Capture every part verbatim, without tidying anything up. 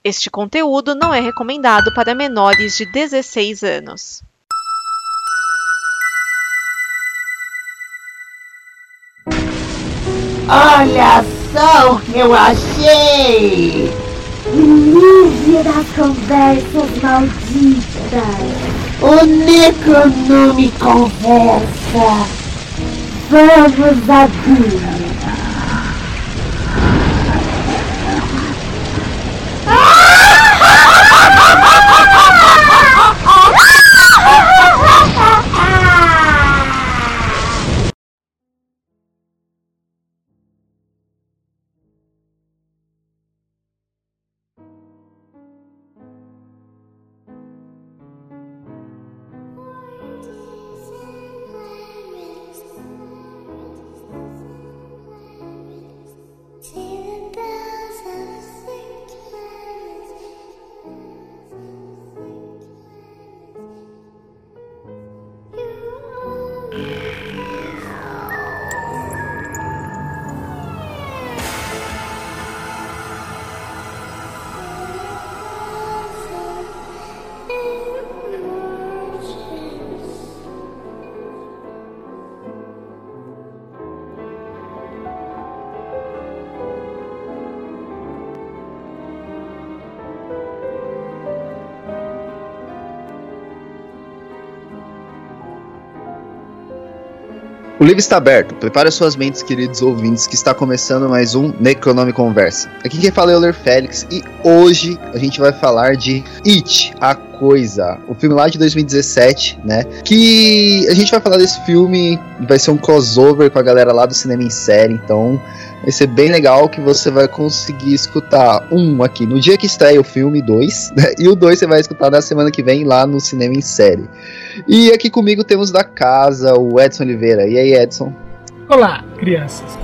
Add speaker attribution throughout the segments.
Speaker 1: Este conteúdo não é recomendado para menores de dezesseis anos.
Speaker 2: Olha só o que eu achei!
Speaker 3: Livre das conversas malditas.
Speaker 2: O Necronome conversa.
Speaker 3: Vamos abrir.
Speaker 4: O livro está aberto. Prepare suas mentes, queridos ouvintes, que está começando mais um Necronome Conversa. Aqui quem fala é o Euler Félix e hoje a gente vai falar de It, a Coisa, o filme lá de dois mil e dezessete, né? Que a gente vai falar desse filme, vai ser um crossover com a galera lá do Cinema em Série, então vai ser bem legal que você vai conseguir escutar um aqui no dia que estreia o filme, dois, né? E o dois você vai escutar na semana que vem lá no Cinema em Série. E aqui comigo temos da casa o Edson Oliveira. E aí, Edson?
Speaker 5: Olá, crianças.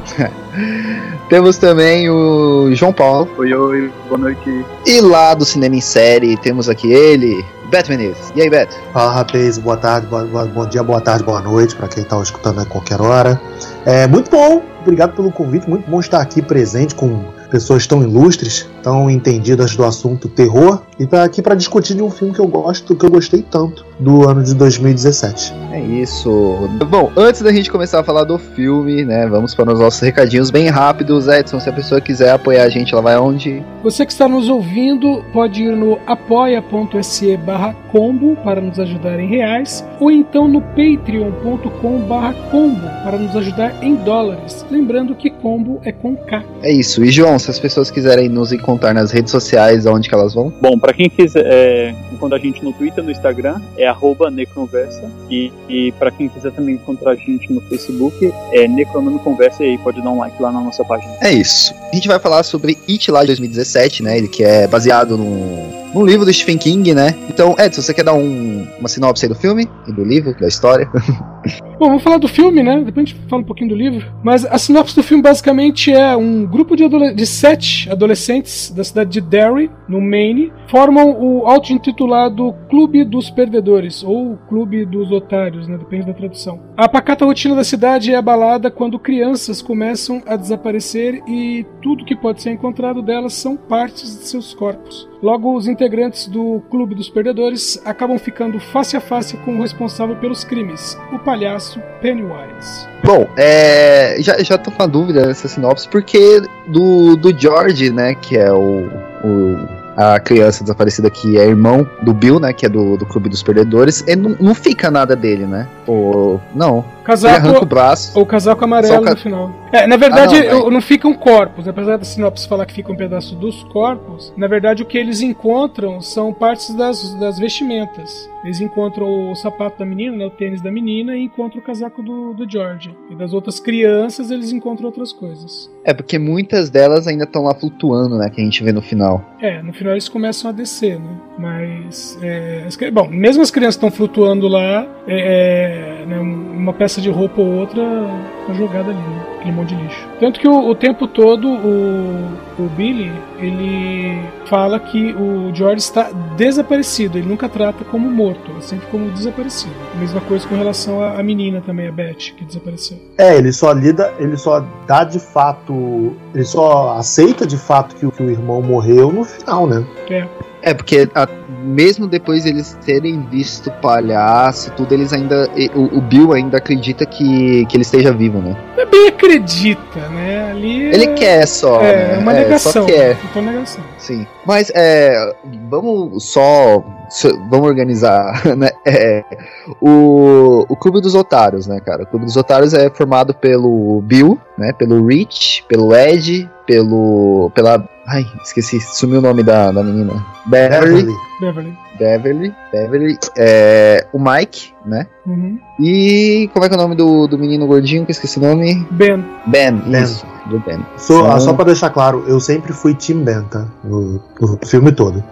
Speaker 4: Temos também o João Paulo.
Speaker 6: Oi, oi, boa noite.
Speaker 4: E lá do Cinema em Série temos aqui ele, Beto Menezes. E aí, Beto?
Speaker 7: Fala, rapaz, boa tarde, boa, boa, bom dia, boa tarde, boa noite para quem está escutando a qualquer hora. É muito bom, obrigado pelo convite, muito bom estar aqui presente com pessoas tão ilustres, tão entendidas do assunto terror, e tá aqui para discutir de um filme que eu gosto, que eu gostei tanto, do ano de dois mil e dezessete.
Speaker 4: É isso. Bom, antes da gente começar a falar do filme, né, vamos para os nossos recadinhos bem rápidos. Edson, se a pessoa quiser apoiar a gente, ela vai onde?
Speaker 5: Você que está nos ouvindo pode ir no apoia.se barra combo para nos ajudar em reais, ou então no patreon.com barra combo para nos ajudar em dólares. Lembrando que combo é com K.
Speaker 4: É isso. E João, se as pessoas quiserem nos encontrar nas redes sociais, aonde que elas vão?
Speaker 6: Bom, para quem quiser é, encontrar a gente no Twitter, no Instagram, é arroba Necronversa. E, e para quem quiser também encontrar a gente no Facebook, é Necronome Conversa, e aí pode dar um like lá na nossa página.
Speaker 4: É isso. A gente vai falar sobre It lá de dois mil e dezessete, né? Ele que é baseado no... no livro do Stephen King, né? Então, Edson, você quer dar um, uma sinopse aí do filme? E do livro, da história?
Speaker 5: Bom, vamos falar do filme, né? Depois a gente fala um pouquinho do livro. Mas a sinopse do filme basicamente é um grupo de, adole- de sete adolescentes da cidade de Derry, no Maine, formam o auto-intitulado Clube dos Perdedores, ou Clube dos Otários, né? Depende da tradução. A pacata rotina da cidade é abalada quando crianças começam a desaparecer e tudo que pode ser encontrado delas são partes de seus corpos. Logo, os integrantes do Clube dos Perdedores acabam ficando face a face com o responsável pelos crimes, o palhaço Pennywise.
Speaker 4: Bom, é, já, já tô com a dúvida nessa sinopse, porque do, do George, né, que é o, o a criança desaparecida que é irmão do Bill, né, que é do, do Clube dos Perdedores, ele não, não fica nada dele, né? Ou, não.
Speaker 5: Casaco,
Speaker 4: ele arranca o braço.
Speaker 5: Ou casaco amarelo
Speaker 4: ca...
Speaker 5: no final. É, na verdade,
Speaker 4: ah, não,
Speaker 5: não ficam corpos. Apesar da sinopse falar que fica um pedaço dos corpos, na verdade o que eles encontram são partes das, das vestimentas. Eles encontram o sapato da menina, né, o tênis da menina, e encontram o casaco do, do George. E das outras crianças eles encontram outras coisas.
Speaker 4: É, porque muitas delas ainda estão lá flutuando, né, que a gente vê no final.
Speaker 5: É, no final eles começam a descer, né? Mas, é, as, bom, mesmo as crianças estão flutuando lá, é, é, né, uma peça de roupa ou outra tá jogada ali, né? aquele monte de lixo. Tanto que o, o tempo todo o, o Billy, ele fala que o George está desaparecido, ele nunca trata como morto, ele sempre como desaparecido. A mesma coisa com relação à, à menina também, a Beth, que desapareceu.
Speaker 7: É, ele só lida, ele só dá de fato, ele só aceita de fato que, que o irmão morreu no final, né?
Speaker 5: É.
Speaker 4: É, porque a, mesmo depois eles terem visto o palhaço, tudo, eles ainda. O, o Bill ainda acredita que, que ele esteja vivo, né?
Speaker 5: Não é bem acredita, né? Ali é...
Speaker 4: Ele quer só.
Speaker 5: É,
Speaker 4: né?
Speaker 5: uma
Speaker 4: é,
Speaker 5: negação.
Speaker 4: Só quer.
Speaker 5: Uma negação.
Speaker 4: Sim. Mas é. Vamos só. Vamos organizar, né? É, o, o Clube dos Otários, né, cara? O Clube dos Otários é formado pelo Bill, né? Pelo Rich, pelo Ed, pelo. pela. Ai, esqueci, sumiu o nome da, da menina. Beverly.
Speaker 5: Beverly.
Speaker 4: Beverly. Beverly. É, o Mike, né?
Speaker 5: Uhum.
Speaker 4: E como é que é o nome do, do menino gordinho que eu esqueci o nome?
Speaker 5: Ben.
Speaker 4: Ben,
Speaker 7: Ben.
Speaker 4: isso. Do Ben.
Speaker 7: So,
Speaker 4: Então-
Speaker 7: ah, só pra deixar claro, eu sempre fui Team Ben, tá? No, no filme todo.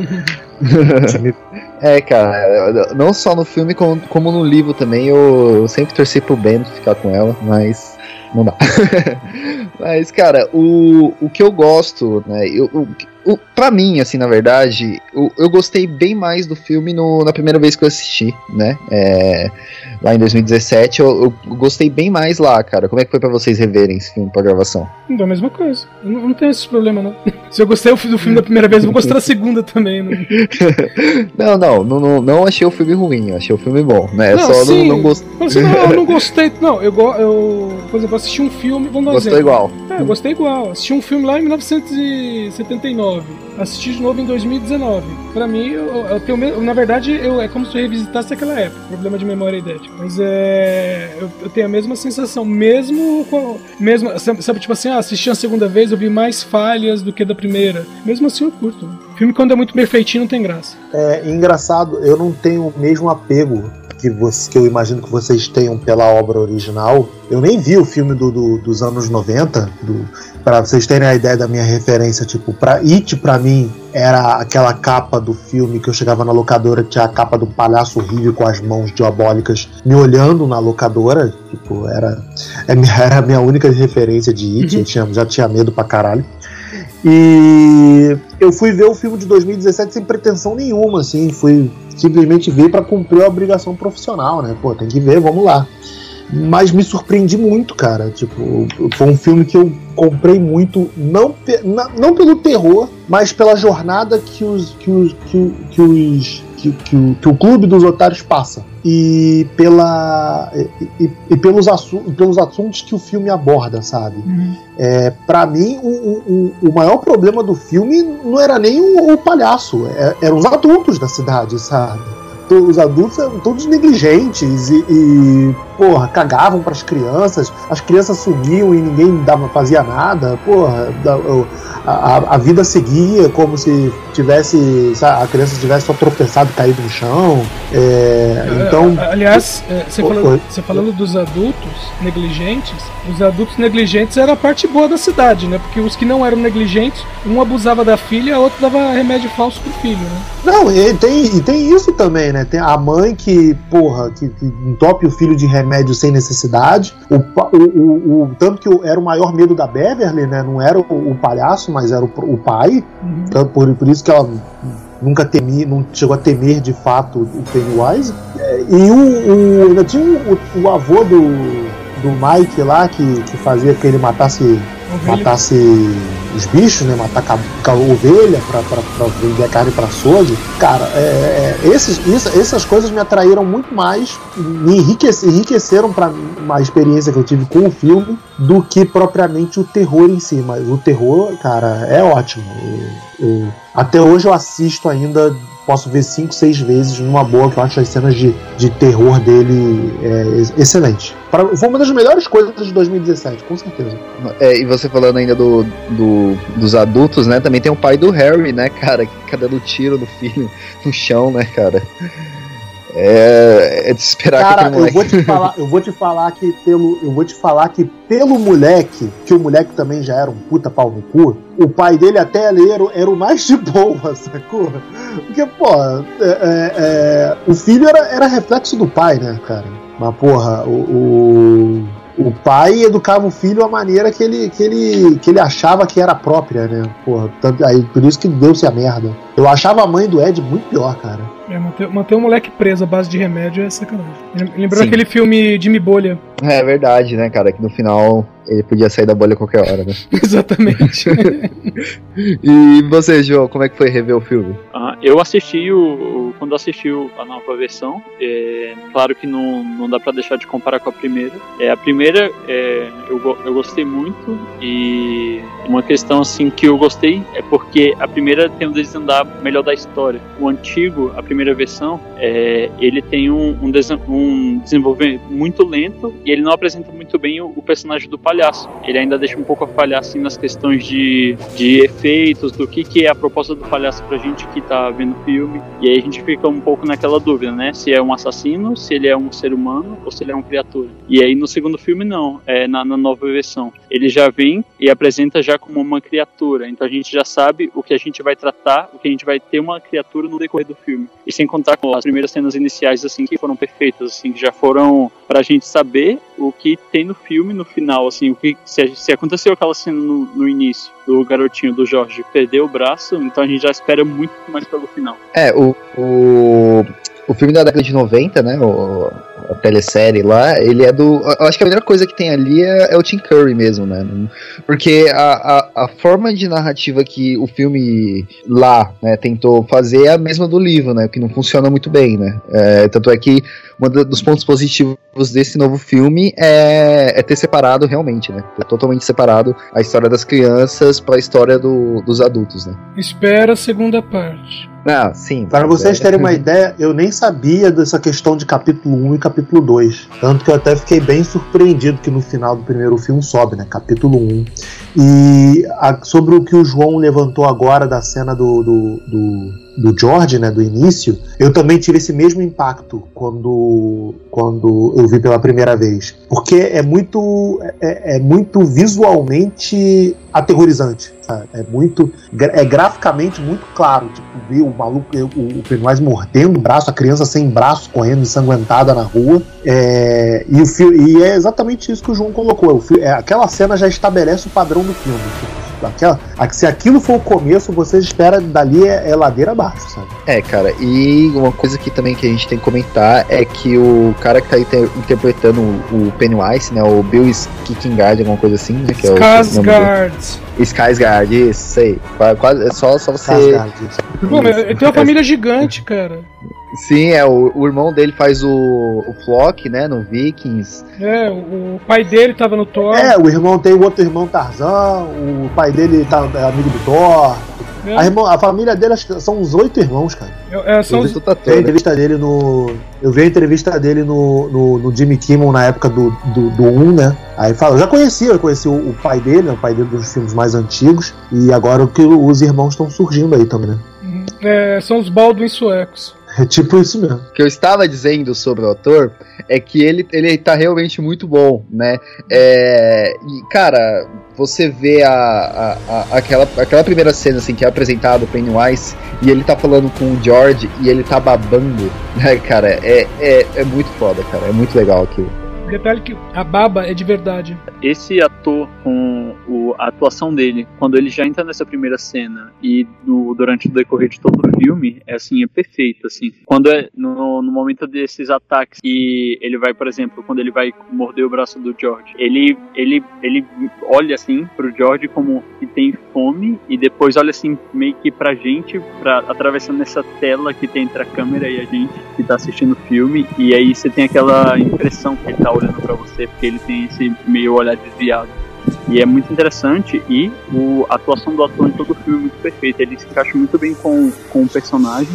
Speaker 7: Time-
Speaker 4: É, cara, não só no filme como, como no livro também, eu, eu sempre torci pro Ben ficar com ela, mas não dá. Mas, cara, o, o que eu gosto, né, eu, o, o, pra mim, assim, na verdade, eu, eu gostei bem mais do filme no, na primeira vez que eu assisti, né, é, lá em dois mil e dezessete, eu, eu gostei bem mais lá, cara. Como é que foi pra vocês reverem esse filme pra gravação?
Speaker 5: Então, a mesma coisa. Eu não, eu não tenho esse problema, não. Se eu gostei do filme da primeira vez, eu vou gostar da segunda também. Não,
Speaker 4: Não, não, não, não, não achei o filme ruim, eu achei o filme bom, né,
Speaker 5: não,
Speaker 4: só
Speaker 5: sim.
Speaker 4: não, não gostei.
Speaker 5: Assim, não, eu não gostei. Não, eu, go- eu por exemplo, assisti um filme. Vamos dar um
Speaker 4: Gostou
Speaker 5: exemplo.
Speaker 4: igual?
Speaker 5: É, eu gostei igual. Assisti um filme lá em mil novecentos e setenta e nove. Assisti de novo em dois mil e dezenove. Pra mim, eu, eu tenho me- na verdade, eu, é como se eu revisitasse aquela época. Problema de memória idética. Mas é. Eu, eu tenho a mesma sensação, mesmo com. Mesmo, sabe, sabe, tipo assim, ah, assisti a segunda vez, eu vi mais falhas do que da primeira. Mesmo assim, eu curto. Filme, quando é muito bem feitinho, não tem graça.
Speaker 7: É engraçado, eu não tenho o mesmo apego que, você, que eu imagino que vocês tenham pela obra original. Eu nem vi o filme do, do- dos anos noventa, do, pra vocês terem a ideia da minha referência, tipo, pra It, pra mim, era aquela capa do filme que eu chegava na locadora, que tinha a capa do palhaço horrível com as mãos diabólicas me olhando na locadora, tipo, era, era a minha única referência de It, eu tinha, já tinha medo pra caralho. E eu fui ver o filme de dois mil e dezessete sem pretensão nenhuma, assim, fui simplesmente ver pra cumprir a obrigação profissional, né? Pô, tem que ver, vamos lá. Mas me surpreendi muito, cara. Tipo, foi um filme que eu comprei muito, não, pe- na- não pelo terror, mas pela jornada que os que os que, o- que os que, que o, que o Clube dos Otários passa e pela e, e- e pelos, assu- pelos assuntos que o filme aborda, sabe? É, para mim, o, o, o maior problema do filme não era nem o, o palhaço, é- eram os adultos da cidade, sabe? Os adultos eram todos negligentes e, e porra, cagavam pras crianças, as crianças sumiam e ninguém dava, fazia nada, porra, da- o- a, a vida seguia como se tivesse, sabe, a criança tivesse só tropeçado e caído no chão. É, então,
Speaker 5: A- Aliás, é, você,
Speaker 7: Oi,
Speaker 5: falando,
Speaker 7: oi.
Speaker 5: você falando dos adultos negligentes, os adultos negligentes era a parte boa da cidade, né? Porque os que não eram negligentes, um abusava da filha e a outra dava remédio falso pro filho, né?
Speaker 7: não, e tem, e tem isso também, né? Tem a mãe que, porra, que, que entope o filho de remédio sem necessidade. O, pa- o, o, o- tanto que o- era o maior medo da Beverly, né? Não era o, o palhaço, mas era o, o pai. Então, por, por isso que ela nunca temia, não chegou a temer de fato o Pennywise. É, e o, o, ainda tinha o, o avô do, do Mike lá, que, que fazia que ele matasse,
Speaker 5: Ovelha.
Speaker 7: matasse os bichos, né? Matar ca- ca- ovelha pra, pra, pra vender a carne pra açougue. Cara, é, é, esses, isso- essas coisas me atraíram muito mais, me enriquece- enriqueceram pra uma experiência que eu tive com o filme do que propriamente o terror em si. Mas o terror, cara, é ótimo. Eu- eu- até hoje eu assisto ainda, posso ver cinco, seis vezes numa boa, que eu acho as cenas de, de terror dele é, ex- excelente. Pra- foi uma das melhores coisas de dois mil e dezessete, com certeza.
Speaker 4: É, e você falando ainda do, do- dos adultos, né? Também tem o pai do Harry, né, cara? Que fica dando tiro no filho no chão, né, cara? É, é de esperar que
Speaker 7: Cara,
Speaker 4: aquele
Speaker 7: eu
Speaker 4: moleque...
Speaker 7: vou te falar, eu vou te falar que pelo, eu vou te falar que pelo moleque, que o moleque também já era um puta pau no cu, o pai dele até ali era, era o mais de boa, sacou? Porque, pô, é, é, é, o filho era, era reflexo do pai, né, cara? Mas, porra, o, o, o pai educava o filho à maneira que ele, que ele, que ele achava que era própria, né? Porra, tanto, aí, por isso que deu-se a merda. Eu achava a mãe do Ed muito pior, cara.
Speaker 5: É, manter, manter um moleque preso à base de remédio é sacanagem. Lembrou
Speaker 4: Sim.
Speaker 5: aquele filme Jimmy Bolha.
Speaker 4: É verdade, né, cara? Que no final ele podia sair da bolha a qualquer hora, né?
Speaker 5: Exatamente.
Speaker 4: E você, João, como é que foi rever o filme?
Speaker 6: Ah, eu assisti o, o quando assisti o, a nova versão, é, claro que não, não dá pra deixar de comparar com a primeira. É, a primeira é, eu, eu gostei muito, e uma questão assim que eu gostei é porque a primeira tem um desandar melhor da história. O antigo, a primeira versão, é, ele tem um, um, desen, um desenvolvimento muito lento e ele não apresenta muito bem o, o personagem do palhaço. Ele ainda deixa um pouco a falhar assim nas questões de, de efeitos, do que, que é a proposta do palhaço pra gente que tá vendo o filme. E aí a gente fica um pouco naquela dúvida, né? Se é um assassino, se ele é um ser humano ou se ele é uma criatura. E aí no segundo filme não, é na, na nova versão. Ele já vem e apresenta já como uma criatura. Então a gente já sabe o que a gente vai tratar, o que a gente vai ter uma criatura no decorrer do filme. E sem contar com as primeiras cenas iniciais assim que foram perfeitas, assim, que já foram pra gente saber o que tem no filme no final, assim, o que se, se aconteceu aquela cena no, no início do garotinho do Jorge perder o braço, então a gente já espera muito mais pelo final.
Speaker 4: É, o, o, o filme da década de noventa, né, o, a telesérie lá, ele é do... Eu acho que a melhor coisa que tem ali é, é o Tim Curry mesmo, né, porque a, a, a forma de narrativa que o filme lá, né, tentou fazer é a mesma do livro, né, que não funciona muito bem, né, é, tanto é que um dos pontos positivos desse novo filme é, é ter separado realmente, né? Ter totalmente separado a história das crianças para a história do, dos adultos, né?
Speaker 5: Espera a segunda parte.
Speaker 4: Ah, sim.
Speaker 7: Para vocês
Speaker 4: é.
Speaker 7: terem uma ideia, eu nem sabia dessa questão de capítulo um e capítulo dois. Tanto que eu até fiquei bem surpreendido que no final do primeiro filme sobe, né? Capítulo um. E a, sobre o que o João levantou agora da cena do, do, do do George, né, do início, eu também tive esse mesmo impacto quando, quando eu vi pela primeira vez, porque é muito, é, é muito visualmente aterrorizante, sabe? É muito, é graficamente muito claro, tipo, ver o maluco, o, o Pennywise mordendo o braço, a criança sem braço correndo ensanguentada na rua, é, e, o, e é exatamente isso que o João colocou, o, é, aquela cena já estabelece o padrão do filme, tipo, Aquela, se aquilo for o começo, você espera dali é, é ladeira abaixo, sabe?
Speaker 4: É, cara, e uma coisa que também que a gente tem que comentar é que o cara que tá inter- interpretando o, o Pennywise, né, o Bill Skarsgård, alguma coisa assim, né, que é o
Speaker 5: Skarsgård.
Speaker 4: Skarsgård, isso, sei. Quase, é só, só você...
Speaker 5: Pô, mas ele tem uma família gigante, cara.
Speaker 4: Sim, é, o, o irmão dele faz o, o Flock, né, no Vikings.
Speaker 5: É, o, o pai dele tava no Thor.
Speaker 7: É, o irmão tem o outro irmão Tarzan, o pai dele tá, é amigo do Thor. É. A, irmão, a família dele acho que são uns oito irmãos, cara.
Speaker 5: É, são os...
Speaker 7: Eu vi a entrevista dele no. Eu vi a entrevista dele no, no, no Jimmy Kimmel na época do, do, do um, né? Aí fala, eu já conhecia, eu conheci o, o pai dele, né, o pai dele dos filmes mais antigos, e agora que os irmãos estão surgindo aí também, né?
Speaker 5: É, são os Baldwin suecos.
Speaker 7: É tipo isso mesmo.
Speaker 4: O que eu estava dizendo sobre o ator é que ele, ele tá realmente muito bom, né? É, e, cara, você vê a, a, a, aquela, aquela primeira cena assim, que é apresentado o Pennywise e ele tá falando com o George e ele tá babando, né, cara? É, é, é muito foda, cara. É muito legal aquilo.
Speaker 5: Detalhe que a baba é de verdade.
Speaker 6: Esse ator, com o, a atuação dele, quando ele já entra nessa primeira cena e no, durante o decorrer de todo o filme, é assim, é perfeito, assim. Quando é no, no momento desses ataques e ele vai, por exemplo, quando ele vai morder o braço do George, ele, ele, ele olha assim pro George como que tem fome e depois olha assim meio que pra gente, pra, atravessando essa tela que tem entre a câmera e a gente que tá assistindo o filme, e aí você tem aquela impressão que ele tá olhando pra você, porque ele tem esse meio olhar desviado. E é muito interessante, e o, a atuação do ator em todo o filme é muito perfeita. Ele se encaixa muito bem com, com o personagem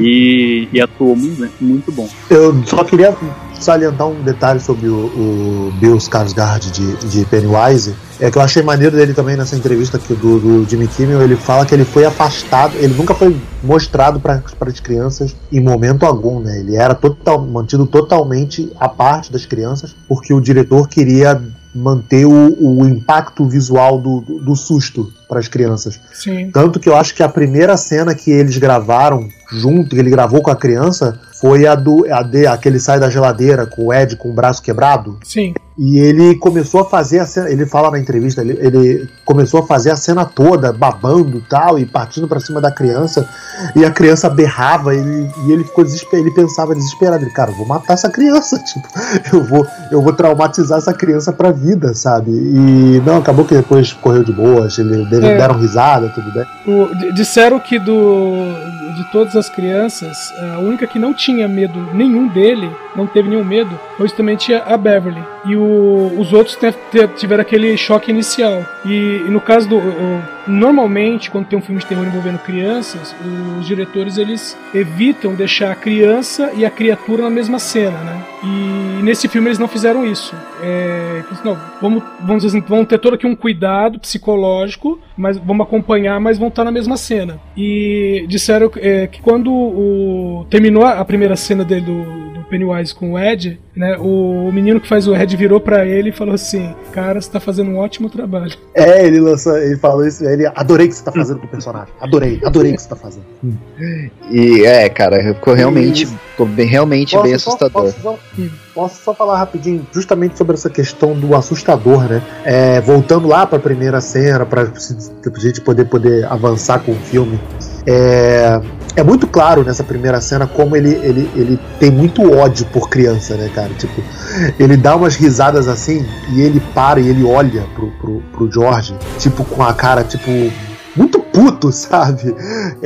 Speaker 6: e, e atuou muito, muito bom.
Speaker 7: Eu só queria salientar um detalhe sobre o, o Bill Skarsgård de, de Pennywise. É que eu achei maneiro dele também nessa entrevista aqui do, do Jimmy Kimmel. Ele fala que ele foi afastado, ele nunca foi mostrado para as crianças em momento algum, né? Ele era total, mantido totalmente à parte das crianças, porque o diretor queria manter o, o impacto visual do, do, do susto para as crianças.
Speaker 5: Sim.
Speaker 7: Tanto que eu acho que a primeira cena que eles gravaram junto, que ele gravou com a criança, foi a do a de, aquele sai da geladeira com o Ed com o braço quebrado.
Speaker 5: Sim.
Speaker 7: E ele começou a fazer a cena, ele fala na entrevista, ele, ele começou a fazer a cena toda, babando e tal, e partindo pra cima da criança, e a criança berrava, ele, e ele ficou desesperado, ele pensava desesperado, ele, cara, eu vou matar essa criança, tipo, eu vou, eu vou traumatizar essa criança pra vida, sabe? E não, acabou que depois correu de boas, ele,
Speaker 5: É.
Speaker 7: deram risada, tudo bem.
Speaker 5: O- d- disseram que do, de todas as crianças, a única que não tinha medo nenhum dele, não teve nenhum medo, foi justamente a Beverly. E o- os outros te- te- tiveram aquele choque inicial. E, e no caso do... o- normalmente, quando tem um filme de terror envolvendo crianças, os diretores eles evitam deixar a criança e a criatura na mesma cena, né? E nesse filme eles não fizeram isso. É, não, vamos, vamos, dizer assim, vamos ter todo aqui um cuidado psicológico, mas vamos acompanhar, mas vão estar na mesma cena. E disseram é, que quando o, terminou a primeira cena dele do, do Pennywise com o Ed, né, o menino que faz o Ed virou pra ele e falou assim: cara, você tá fazendo um ótimo trabalho.
Speaker 7: É, ele lançou, ele falou isso, ele, adorei o que você tá fazendo com o personagem, adorei, adorei o que você tá fazendo.
Speaker 4: E é, cara, ficou realmente,
Speaker 7: Isso.
Speaker 4: ficou bem, realmente bem
Speaker 7: só-
Speaker 4: assustador.
Speaker 7: Posso só, posso só falar rapidinho, justamente sobre essa questão do assustador, né? É, voltando lá pra primeira cena, pra se- pra gente poder, poder avançar com o filme. É, é muito claro nessa primeira cena como ele, ele, ele tem muito ódio por criança, né, cara? Tipo, ele dá umas risadas assim e ele para e ele olha pro, pro, pro George, tipo, com a cara, tipo, muito puto, sabe?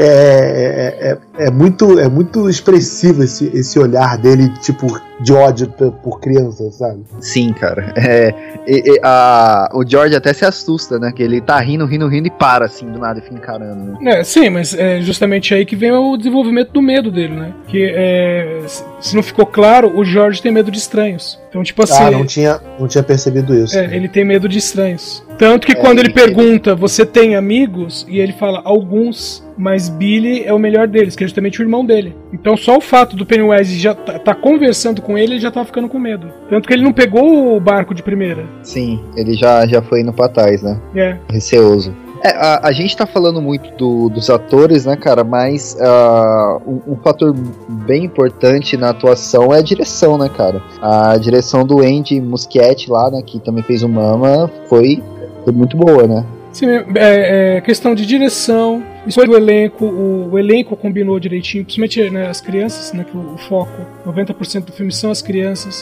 Speaker 7: É, é, é, é muito, é muito expressivo esse, esse olhar dele, tipo, de ódio p- por criança, sabe?
Speaker 4: Sim, cara. É, e- e a- o George até se assusta, né? Que ele tá rindo, rindo, rindo e para, assim, do nada e fica encarando, né?
Speaker 5: É, sim, mas é justamente aí que vem o desenvolvimento do medo dele, né? Que é, se- se não ficou claro, o George tem medo de estranhos. Então, tipo assim,
Speaker 7: Ah, não tinha, não tinha percebido isso.
Speaker 5: é, ele tem medo de estranhos. Tanto que
Speaker 4: É,
Speaker 5: quando ele
Speaker 4: ele-
Speaker 5: pergunta, você tem amigos? E ele fala, alguns, mas Billy é o melhor deles, que é justamente o irmão dele. Então só o fato do Pennywise já tá, tá conversando com ele, ele já tava ficando com medo. Tanto que ele não pegou o barco de primeira.
Speaker 4: Sim, ele já, já foi indo pra trás, né?
Speaker 5: É.
Speaker 4: Receoso. É, a, a gente tá falando muito do- dos atores, né, cara, mas ah, um, um fator bem importante na atuação é a direção, né, cara? A direção do Andy Muschietti lá, né, que também fez o Mama, foi, foi muito boa, né?
Speaker 5: Sim, é, é questão de direção, escolha do elenco, o, o elenco combinou direitinho, principalmente, né, as crianças, né, que o, o foco, noventa por cento do filme são as crianças.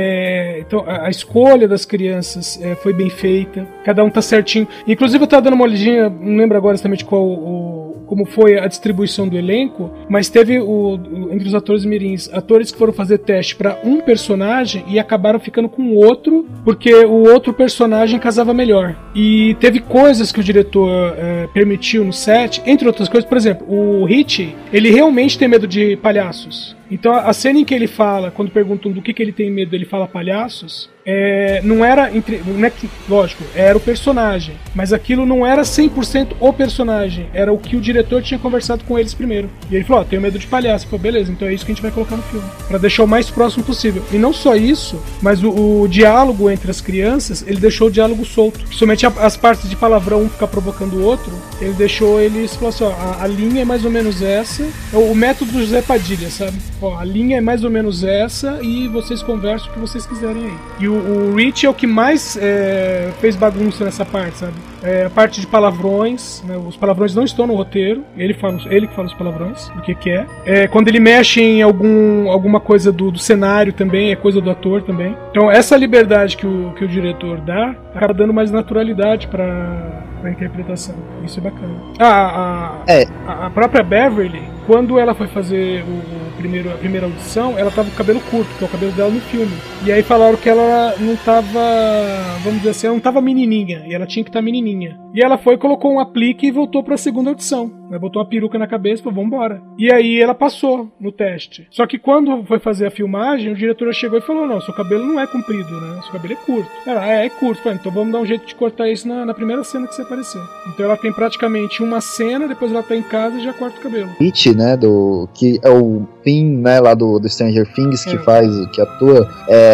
Speaker 5: É, então a, a escolha das crianças é, foi bem feita, cada um tá certinho. Inclusive eu tava dando uma olhadinha, não lembro agora exatamente qual o, como foi a distribuição do elenco, mas teve o, o- entre os atores mirins, atores que foram fazer teste para um personagem e acabaram ficando com o outro, porque o outro personagem casava melhor. E teve coisas que o diretor eh, permitiu no set, entre outras coisas, por exemplo, o Hit, ele realmente tem medo de palhaços. Então a cena em que ele fala, quando perguntam do que, que ele tem medo, ele fala palhaços, é, não era, entre, não é que, lógico, era o personagem, mas aquilo não era cem por cento o personagem, era o que o diretor tinha conversado com eles primeiro. E ele falou, ó, tenho medo de palhaço. Eu falei, beleza, então é isso que a gente vai colocar no filme, pra deixar o mais próximo possível. E não só isso, mas o, o diálogo entre as crianças, ele deixou o diálogo solto. Principalmente a- as partes de palavrão, um ficar provocando o outro, ele deixou eles, falou assim, ó, a, a linha é mais ou menos essa, é o, o método do José Padilha, sabe? Ó, a linha é mais ou menos essa e vocês conversam o que vocês quiserem aí. E o, o Rich é o que mais é, fez bagunça nessa parte, sabe? É, a parte de palavrões, né? Os palavrões não estão no roteiro, ele, fala, ele que fala os palavrões, o que quer. É, quando ele mexe em algum, alguma coisa do, do cenário também, é coisa do ator também. Então essa liberdade que o, que o diretor dá, acaba dando mais naturalidade pra, pra interpretação. Isso é bacana. Ah, a,
Speaker 4: É.
Speaker 5: a, a própria Beverly, quando ela foi fazer o, o primeiro, a primeira audição, ela tava com o cabelo curto, que é o cabelo dela no filme. E aí falaram que ela não tava, vamos dizer assim, ela não tava menininha, e ela tinha que estar menininha. E ela foi, colocou um aplique e voltou pra segunda audição. Ela botou uma peruca na cabeça e falou, vambora. E aí ela passou no teste. Só que quando foi fazer a filmagem, o diretor chegou e falou, não, seu cabelo não é comprido, né? Seu cabelo é curto. Ela, é, é curto. Falei, então vamos dar um jeito de cortar isso na, na primeira cena que você aparecer. Então ela tem praticamente uma cena, depois ela tá em casa e já corta o cabelo.
Speaker 4: Hit, né, do, que é o Finn, né, lá do, do Stranger Things, que
Speaker 5: É.
Speaker 4: faz, que atua,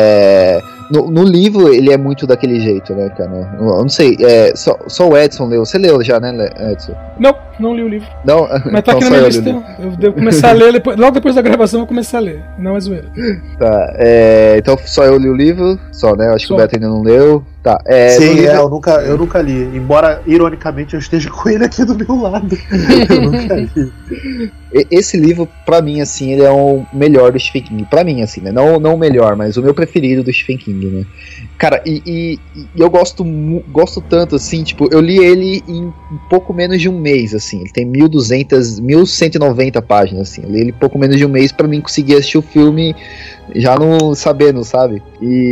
Speaker 4: é, no, no livro ele é muito daquele jeito, né, cara, eu não sei, é, só, só o Edson leu, você leu já, né, Edson?
Speaker 5: Não, Não li o livro.
Speaker 4: Não,
Speaker 5: mas tá
Speaker 4: então
Speaker 5: aqui na
Speaker 4: só
Speaker 5: minha
Speaker 4: eu
Speaker 5: lista.
Speaker 4: li o livro.
Speaker 5: Eu devo começar a ler, depois, logo depois da gravação eu vou começar a ler. Não é zoeira.
Speaker 4: Tá, é, então só eu li o livro, só, né? Eu acho
Speaker 5: Só.
Speaker 4: que o Beto ainda não leu. Tá, é,
Speaker 7: Sim,
Speaker 4: no livro-
Speaker 7: é, eu nunca, eu nunca li. Embora, ironicamente, eu esteja com ele aqui do meu lado. Eu nunca li.
Speaker 4: E- Esse livro, pra mim, assim, ele é o melhor do Stephen King. Pra mim, assim, né? Não, não o melhor, mas o meu preferido do Stephen King, né? Cara, e, e- e eu gosto, mu- gosto tanto, assim, tipo, eu li ele em um pouco menos de um mês, assim. Ele tem mil e duzentas, mil cento e noventa páginas, assim. Eu li ele em pouco menos de um mês pra mim conseguir assistir o filme já não sabendo, sabe?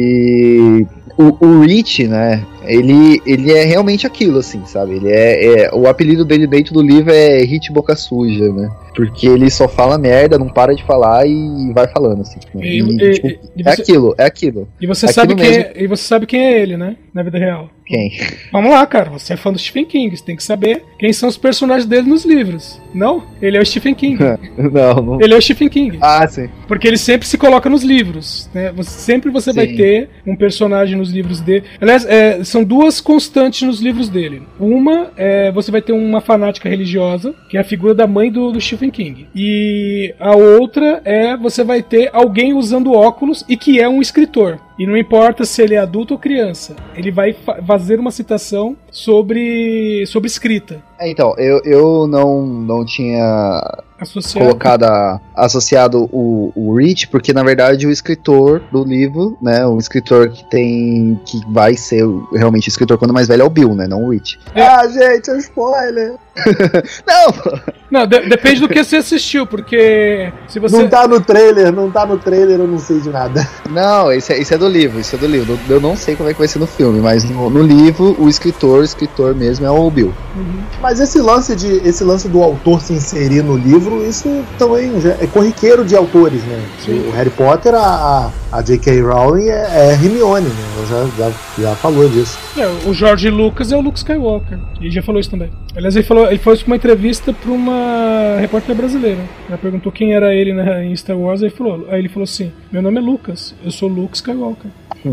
Speaker 4: E o, o Rich, né? Ele, ele é realmente aquilo, assim, sabe? Ele é, é- o apelido dele dentro do livro é Rich Boca Suja, né? Porque ele só fala merda, não para de falar e vai falando, assim. né?
Speaker 5: E-
Speaker 4: E,
Speaker 5: e-
Speaker 4: tipo,
Speaker 5: e
Speaker 4: é
Speaker 5: você-
Speaker 4: aquilo, é aquilo.
Speaker 5: E você,
Speaker 4: Aquilo
Speaker 5: sabe quem
Speaker 4: mesmo.
Speaker 5: é, e você sabe quem é ele, né? Na vida real.
Speaker 4: Quem?
Speaker 5: Vamos lá, cara. Você é fã do Stephen King. Você tem que saber quem são os personagens dele nos livros. Não? Ele é o Stephen King.
Speaker 4: não, não.
Speaker 5: Ele é o Stephen King.
Speaker 4: Ah, sim.
Speaker 5: Porque ele sempre se coloca nos livros, né? Você, sempre você vai
Speaker 4: Sim.
Speaker 5: ter um personagem nos livros dele. Aliás, é, são duas constantes nos livros dele. Uma, é, você vai ter uma fanática religiosa, que é a figura da mãe do, do Stephen King. E a outra é, você vai ter alguém usando óculos e que é um escritor. E não importa se ele é adulto ou criança, ele vai fa- fazer uma citação sobre, sobre escrita.
Speaker 4: É, então, eu, eu não, não tinha
Speaker 5: Associado.
Speaker 4: colocado, a- associado o, o Rich, porque na verdade o escritor do livro, né, o escritor que tem, que vai ser o- realmente o escritor quando mais velho é o Bill, né, não o Rich.
Speaker 5: É.
Speaker 7: Ah, gente, é um spoiler.
Speaker 4: Não, pô.
Speaker 5: Não, de- depende do que você assistiu, porque se você...
Speaker 7: Não tá no trailer, não tá no trailer, eu não sei de nada.
Speaker 4: Não, esse é, esse é do livro, esse é do livro. Eu não sei como é que vai ser no filme, mas no, no livro o escritor, o escritor mesmo é o Bill.
Speaker 7: Mas esse lance, de, esse lance do autor se inserir no livro, isso também já é corriqueiro de autores, né?
Speaker 5: Sim.
Speaker 7: O Harry Potter, a, a J K. Rowling é, é Hermione, né? Eu já, já, já falou disso.
Speaker 5: É, o George Lucas é o Luke Skywalker. Ele já falou isso também. Aliás, ele falou, ele foi uma entrevista para uma repórter brasileira. Ela perguntou quem era ele, né, em Star Wars, aí, ele falou, aí ele falou assim: meu nome é Lucas, eu sou Luke Skywalker.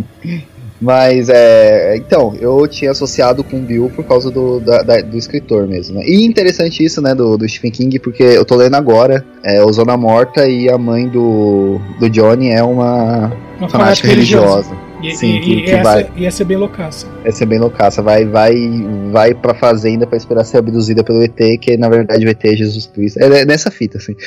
Speaker 4: Mas é. Então, eu tinha associado com o Bill por causa do, da- da- do escritor mesmo, né? E interessante isso, né, do, do Stephen King, porque eu tô lendo agora, é, o Zona Morta e a mãe do, do Johnny é uma,
Speaker 5: Uma
Speaker 4: fanática religiosa.
Speaker 5: E,
Speaker 4: Sim,
Speaker 5: e,
Speaker 4: que,
Speaker 5: e
Speaker 4: que
Speaker 5: essa,
Speaker 4: vai.
Speaker 5: e essa é bem loucaça.
Speaker 4: Essa é bem loucaça, vai, vai, vai pra fazenda pra esperar ser abduzida pelo E T, que na verdade o E T é Jesus Cristo. É nessa fita, assim.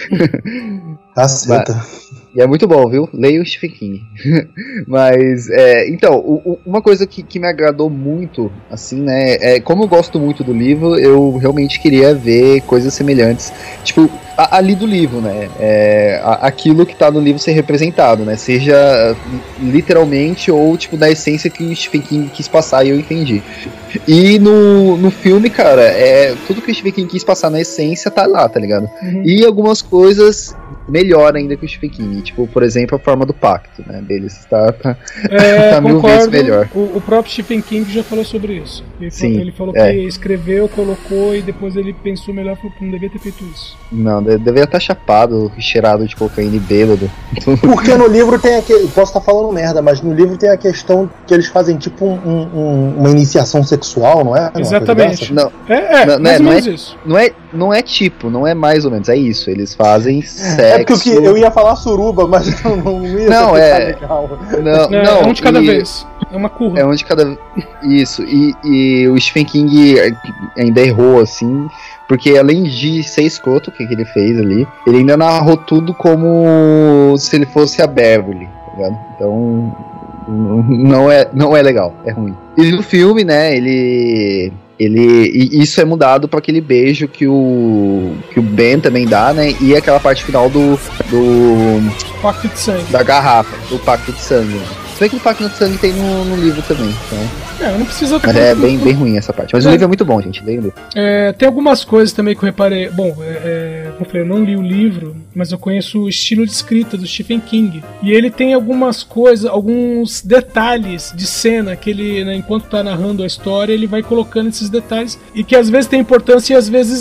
Speaker 7: Caceta.
Speaker 4: E é muito bom, viu? Leia o Stephen King. Mas, é, então, o- o- uma coisa que, que me agradou muito, assim, né, é como eu gosto muito do livro, eu realmente queria ver coisas semelhantes, tipo, a- ali do livro, né, é, a- aquilo que tá no livro ser representado, né, seja literalmente ou, tipo, na essência que o Stephen King quis passar e eu entendi. E no, no filme, cara, é, tudo que o Stephen King quis passar na essência tá lá, tá ligado?
Speaker 5: Uhum.
Speaker 4: E algumas coisas melhor ainda que o Stephen King, tipo, por exemplo, a forma do pacto, né, deles tá, tá,
Speaker 5: É,
Speaker 4: tá mil vezes
Speaker 5: concordo.
Speaker 4: melhor.
Speaker 5: O, o próprio Stephen King já falou sobre isso. Ele
Speaker 4: Sim,
Speaker 5: falou, ele falou
Speaker 4: é.
Speaker 5: que escreveu, colocou e depois ele pensou melhor, falou que não devia ter feito isso.
Speaker 4: Não, de- deveria estar chapado, cheirado de cocaína e bêbado.
Speaker 7: Porque no livro tem aquele. Posso estar falando merda, mas no livro tem a questão que eles fazem tipo um- um- uma iniciação sexual, não é? Uma coisa
Speaker 5: Exatamente.
Speaker 7: dessa?
Speaker 4: Não,
Speaker 5: É, é,
Speaker 4: Não,
Speaker 5: mais
Speaker 4: não
Speaker 5: ou
Speaker 4: é-
Speaker 5: menos isso.
Speaker 4: não é, não é tipo, não é mais ou menos, é isso. Eles fazem sexo.
Speaker 7: É porque o que eu ia falar suruba, mas não, não ia
Speaker 4: Não,
Speaker 7: ficar
Speaker 4: é-
Speaker 7: legal.
Speaker 4: Não,
Speaker 5: É,
Speaker 4: não,
Speaker 5: é um de cada
Speaker 4: e-
Speaker 5: vez. É uma curva.
Speaker 4: É um de cada. Isso. E, e o Stephen King ainda errou, assim. Porque além de ser escroto, o que, que ele fez ali, ele ainda narrou tudo como se ele fosse a Beverly, tá ligado? Então. Não é, não é legal, é ruim. E no filme, né, ele. Ele. E isso é mudado pra aquele beijo que o. Que o Ben também dá, né? E aquela parte final do. do
Speaker 5: Pacto de sangue.
Speaker 4: da garrafa, do pacto de sangue. Né? Se bem que o pacto de sangue tem no, no livro também, então.
Speaker 5: É, não precisa.
Speaker 4: Mas é bem, bem ruim essa parte. Mas o
Speaker 5: É.
Speaker 4: livro é muito bom, gente. Leia o livro.
Speaker 5: É, tem algumas coisas também que eu reparei. Bom, é, é, como eu falei, eu não li o livro, mas eu conheço o estilo de escrita do Stephen King. E ele tem algumas coisas, alguns detalhes de cena que ele, né, enquanto tá narrando a história, ele vai colocando esses detalhes e que às vezes tem importância e às vezes não.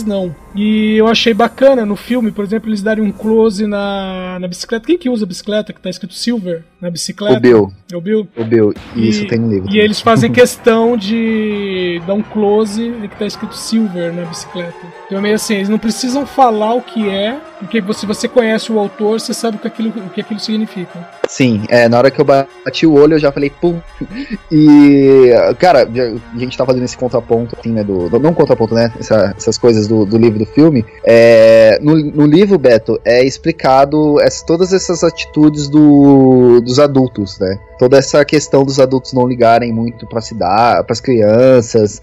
Speaker 5: E eu achei bacana no filme, por exemplo, eles darem um close na, na bicicleta. Quem que usa a bicicleta que tá escrito Silver na bicicleta?
Speaker 4: O Bill.
Speaker 5: É o Bill?
Speaker 4: O Bill, isso
Speaker 5: e,
Speaker 4: tem no livro.
Speaker 5: E eles fazem questão de dar um close que tá escrito Silver na bicicleta. Então é meio assim, eles não precisam falar o que é, porque se você conhece o autor, você sabe o que aquilo, o que aquilo significa.
Speaker 4: Sim, é, na hora que eu bati o olho eu já falei pum. E, cara, a gente tá fazendo esse contraponto, assim, né, do, não contraponto, né, essa, essas coisas do, do livro do filme. É, no, no livro, Beto, é explicado essa, todas essas atitudes do, dos adultos, né, toda essa questão dos adultos não ligarem muito pra cidade, pras crianças.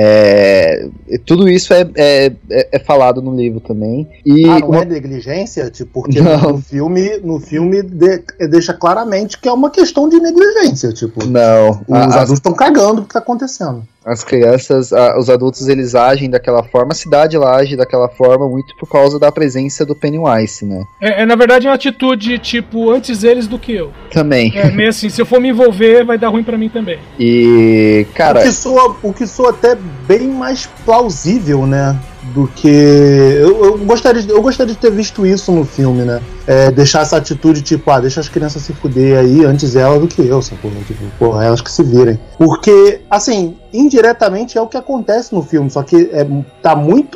Speaker 4: É, tudo isso é, é, é falado no livro também. E
Speaker 7: ah, não
Speaker 4: uma...
Speaker 7: é negligência? Tipo, porque não. no filme, no filme de, deixa claramente que é uma questão de negligência. Tipo,
Speaker 4: não,
Speaker 7: os
Speaker 4: a,
Speaker 7: adultos estão cagando o que tá acontecendo.
Speaker 4: As crianças, a, os adultos, eles agem daquela forma, a cidade ela age daquela forma muito por causa da presença do Pennywise, né?
Speaker 5: É, é na verdade uma atitude tipo antes eles do que eu.
Speaker 4: Também.
Speaker 5: É meio assim, se eu for me envolver vai dar ruim pra mim também.
Speaker 4: E, cara...
Speaker 7: O que soa, o que soa até bem mais plausível, né? Do que... Eu, eu, gostaria de, eu gostaria de ter visto isso no filme, né? É, deixar essa atitude, tipo, ah, deixa as crianças se fuder aí, antes ela do que eu, sacou? Tipo, porra, elas que se virem. Porque, assim, indiretamente é o que acontece no filme, só que é, tá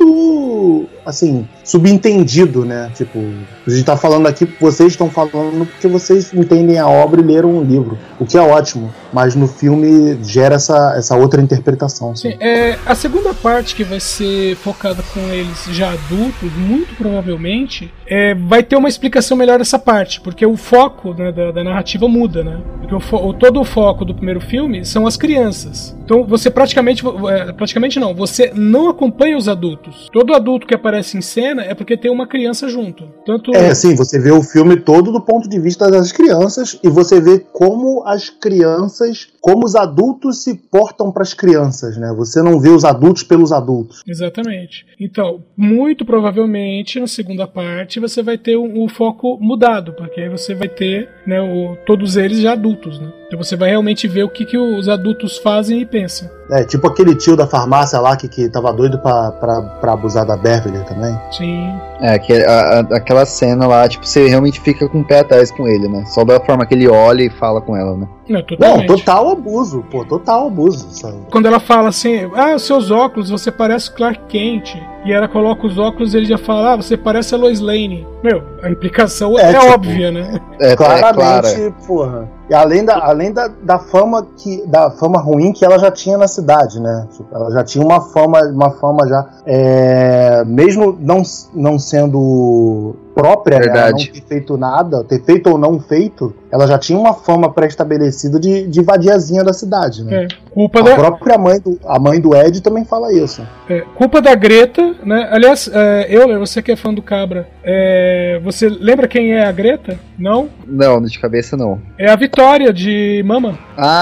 Speaker 7: muito, assim, subentendido, né? Tipo, a gente tá falando aqui, vocês estão falando porque vocês entendem a obra e leram um livro, o que é ótimo, mas no filme gera essa, essa outra interpretação.
Speaker 5: Sim, é, a segunda parte que vai ser focada com eles já adultos, muito provavelmente, é, vai ter uma explicação melhor dessa parte, porque o foco, né, da, da narrativa muda, né? Porque o fo- todo o foco do primeiro filme são as crianças. Então você praticamente, é, praticamente não, você não acompanha os adultos. Todo adulto que aparece em cena é porque tem uma criança junto. Tanto...
Speaker 7: É, sim, você vê o filme todo do ponto de vista das crianças e você vê como as crianças, como os adultos se portam para as crianças, né? Você não vê os adultos pelos adultos.
Speaker 5: Exatamente. Então, muito provavelmente, na segunda parte, você vai ter o, o foco mudado, porque aí você vai ter, né, o, todos eles já adultos, né? Então você vai realmente ver o que, que os adultos fazem e pensam.
Speaker 7: É, tipo aquele tio da farmácia lá que, que tava doido pra, pra, pra abusar da Beverly também.
Speaker 5: Sim.
Speaker 4: É, que a, a, aquela cena lá, tipo, você realmente fica com o pé atrás com ele, né? Só da forma que ele olha e fala com ela, né?
Speaker 5: Não, totalmente.
Speaker 7: Não, total abuso, pô, total abuso, sabe?
Speaker 5: Quando ela fala assim, ah, os seus óculos, você parece Clark Kent. E ela coloca os óculos e ele já fala, ah, você parece a Lois Lane. Meu, a implicação é, é tipo, óbvia, né?
Speaker 4: É,
Speaker 7: claramente,
Speaker 4: é
Speaker 7: porra. E além, da, além da, da, fama que, da fama ruim que ela já tinha na cidade, né? Ela já tinha uma fama, uma fama já, é, mesmo não, não sendo própria, né? Ela não ter feito nada, ter feito ou não feito, ela já tinha uma fama pré-estabelecida de, de vadiazinha da cidade, né?
Speaker 5: É. Culpa
Speaker 7: a
Speaker 5: da...
Speaker 7: própria mãe do, a mãe do Ed também fala isso.
Speaker 5: É. Culpa da Greta, né? Aliás, é, Euler, você que é fã do Cabra, é, você lembra quem é a Greta? Não?
Speaker 4: Não, de cabeça não.
Speaker 5: É a Vitória de Mama.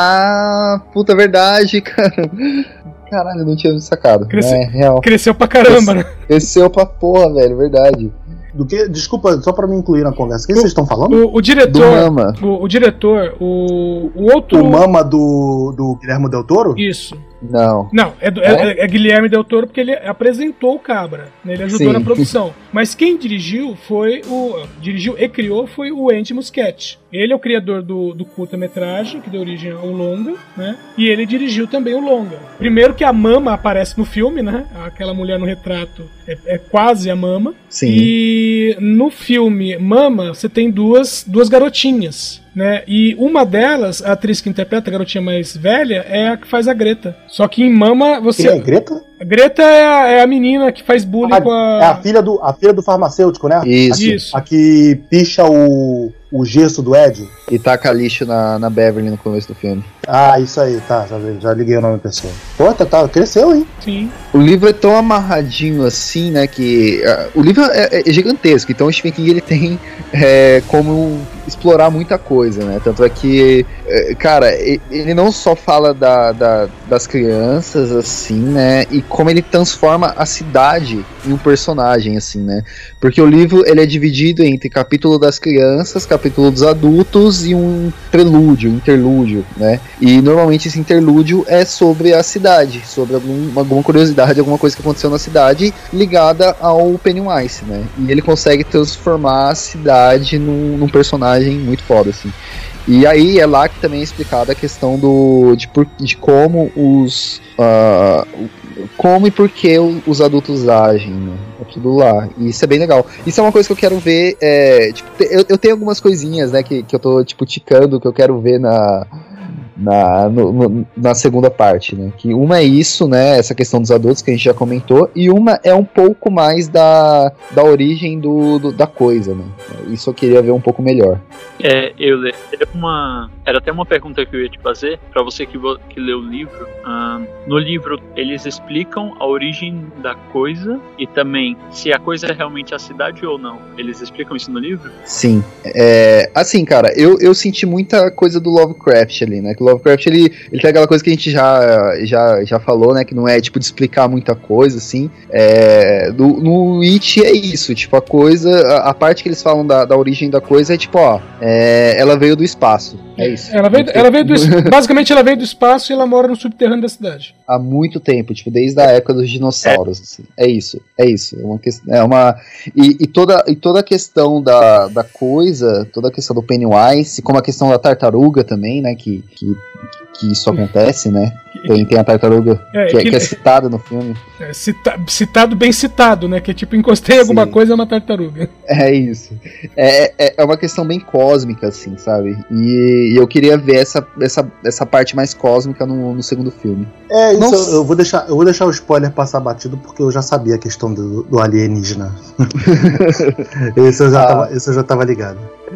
Speaker 4: Ah, puta verdade, cara. Caralho, eu não tinha sacado.
Speaker 5: Cresce...
Speaker 4: É real.
Speaker 5: Cresceu pra caramba, né?
Speaker 4: Cresceu pra porra, velho, verdade.
Speaker 7: Do que? Desculpa, só pra me incluir na conversa. O que o, vocês estão falando?
Speaker 5: O, o diretor.
Speaker 4: Do Mama.
Speaker 5: O, o diretor, o, o outro.
Speaker 7: O Mama do, do Guilherme Del Toro?
Speaker 5: Isso.
Speaker 4: Não.
Speaker 5: Não, é, do, é? É, é Guilherme Del Toro porque ele apresentou o Cabra, né? Ele ajudou Sim. na produção. Mas quem dirigiu foi o. Dirigiu e criou foi o Andy Muschietti. Ele é o criador do, do curta-metragem, que deu origem ao longa, né? E ele dirigiu também o longa. Primeiro que a Mama aparece no filme, né? Aquela mulher no retrato é, é quase a Mama.
Speaker 4: Sim.
Speaker 5: E no filme Mama, você tem duas, duas garotinhas. Né? E uma delas, a atriz que interpreta a garotinha mais velha, é a que faz a Greta. Só que em Mama você.
Speaker 7: Quem é a Greta?
Speaker 5: A Greta é a, é a menina que faz bullying
Speaker 7: a,
Speaker 5: com a.
Speaker 7: É a filha do, a filha do farmacêutico, né?
Speaker 4: Isso.
Speaker 7: A,
Speaker 5: Isso.
Speaker 7: A que picha o, o gesso do Ed.
Speaker 4: E taca lixo na, na Beverly no começo do filme.
Speaker 7: Ah, isso aí, tá, já, já liguei o nome da pessoa. Pô, tá, tá, cresceu, hein?
Speaker 5: Sim.
Speaker 4: O livro é tão amarradinho assim, né, que uh, o livro é, é gigantesco, então o Stephen King ele tem é, como explorar muita coisa, né? Tanto é que, cara, ele não só fala da, da, das crianças, assim, né? E como ele transforma a cidade em um personagem, assim, né? Porque o livro, ele é dividido entre capítulo das crianças, capítulo dos adultos e um prelúdio, interlúdio, né? E normalmente esse interlúdio é sobre a cidade, sobre algum, alguma curiosidade, alguma coisa que aconteceu na cidade ligada ao Pennywise, né? E ele consegue transformar a cidade num, num personagem muito foda, assim. E aí é lá que também é explicada a questão do de, por, de como os uh, como e por que os adultos agem, né? É tudo lá. E isso é bem legal. Isso é uma coisa que eu quero ver. É, tipo, eu, eu tenho algumas coisinhas, né, que, que eu tô tipo ticando, que eu quero ver na Na, no, no, na segunda parte, né? Que uma é isso, né? Essa questão dos adultos que a gente já comentou, e uma é um pouco mais da, da origem do, do, da coisa, né? Isso eu queria ver um pouco melhor.
Speaker 6: É, eu le... era, uma... era até uma pergunta que eu ia te fazer, pra você que, vo... que leu o livro. Um, no livro, eles explicam a origem da coisa e também se a coisa é realmente a cidade ou não. Eles explicam isso no livro?
Speaker 4: Sim. É, assim, cara, eu, eu senti muita coisa do Lovecraft ali, né? Que o Lovecraft, ele, ele tem aquela coisa que a gente já, já, já falou, né? Que não é, tipo, de explicar muita coisa, assim. É, do, no It é isso, tipo, a coisa... A, a parte que eles falam da, da origem da coisa é, tipo, ó... É, ela veio do espaço, é isso.
Speaker 5: Ela veio, ela veio do, basicamente, ela veio do espaço e ela mora no subterrâneo da cidade.
Speaker 4: Há muito tempo, tipo, desde a época dos dinossauros, é, assim. É isso, é isso. É uma questão... É uma, e, e, toda, e toda a questão da, da coisa, toda a questão do Pennywise, como a questão da tartaruga também, né? Que... que que isso acontece, né? Tem, tem a tartaruga é, que, é, que, que é citada no filme.
Speaker 5: É, cita, citado, bem citado, né? Que tipo, encostei em alguma coisa, é uma tartaruga.
Speaker 4: É isso. É, é, é uma questão bem cósmica, assim, sabe? E, e eu queria ver essa, essa, essa parte mais cósmica no, no segundo filme.
Speaker 7: É, isso eu, eu, vou deixar, eu vou deixar o spoiler passar batido, porque eu já sabia a questão do, do alienígena. esse, eu já ah. tava, esse eu já tava ligado.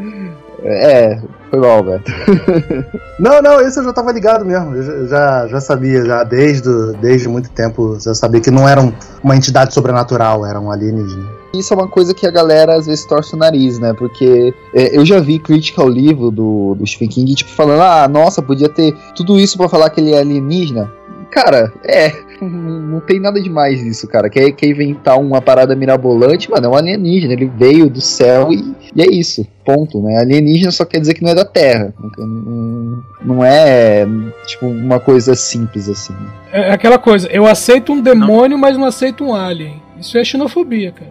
Speaker 4: É, foi mal, velho.
Speaker 7: Não, não, esse eu já tava ligado mesmo. Eu já, já sabia, já desde, desde muito tempo. Eu sabia que não era um, uma entidade sobrenatural, era um alienígena.
Speaker 4: Isso é uma coisa que a galera às vezes torce o nariz, né? Porque é, eu já vi crítica ao livro do, do Stephen King, tipo, falando, ah, nossa, podia ter tudo isso pra falar que ele é alienígena. Cara, é, não tem nada demais nisso, cara. Quer, quer inventar uma parada mirabolante, mano, é um alienígena, ele veio do céu e, e é isso, ponto, né? Alienígena só quer dizer que não é da Terra, não, não é, tipo, uma coisa simples assim.
Speaker 5: É aquela coisa, eu aceito um demônio, mas não aceito um alien. Isso é xenofobia, cara.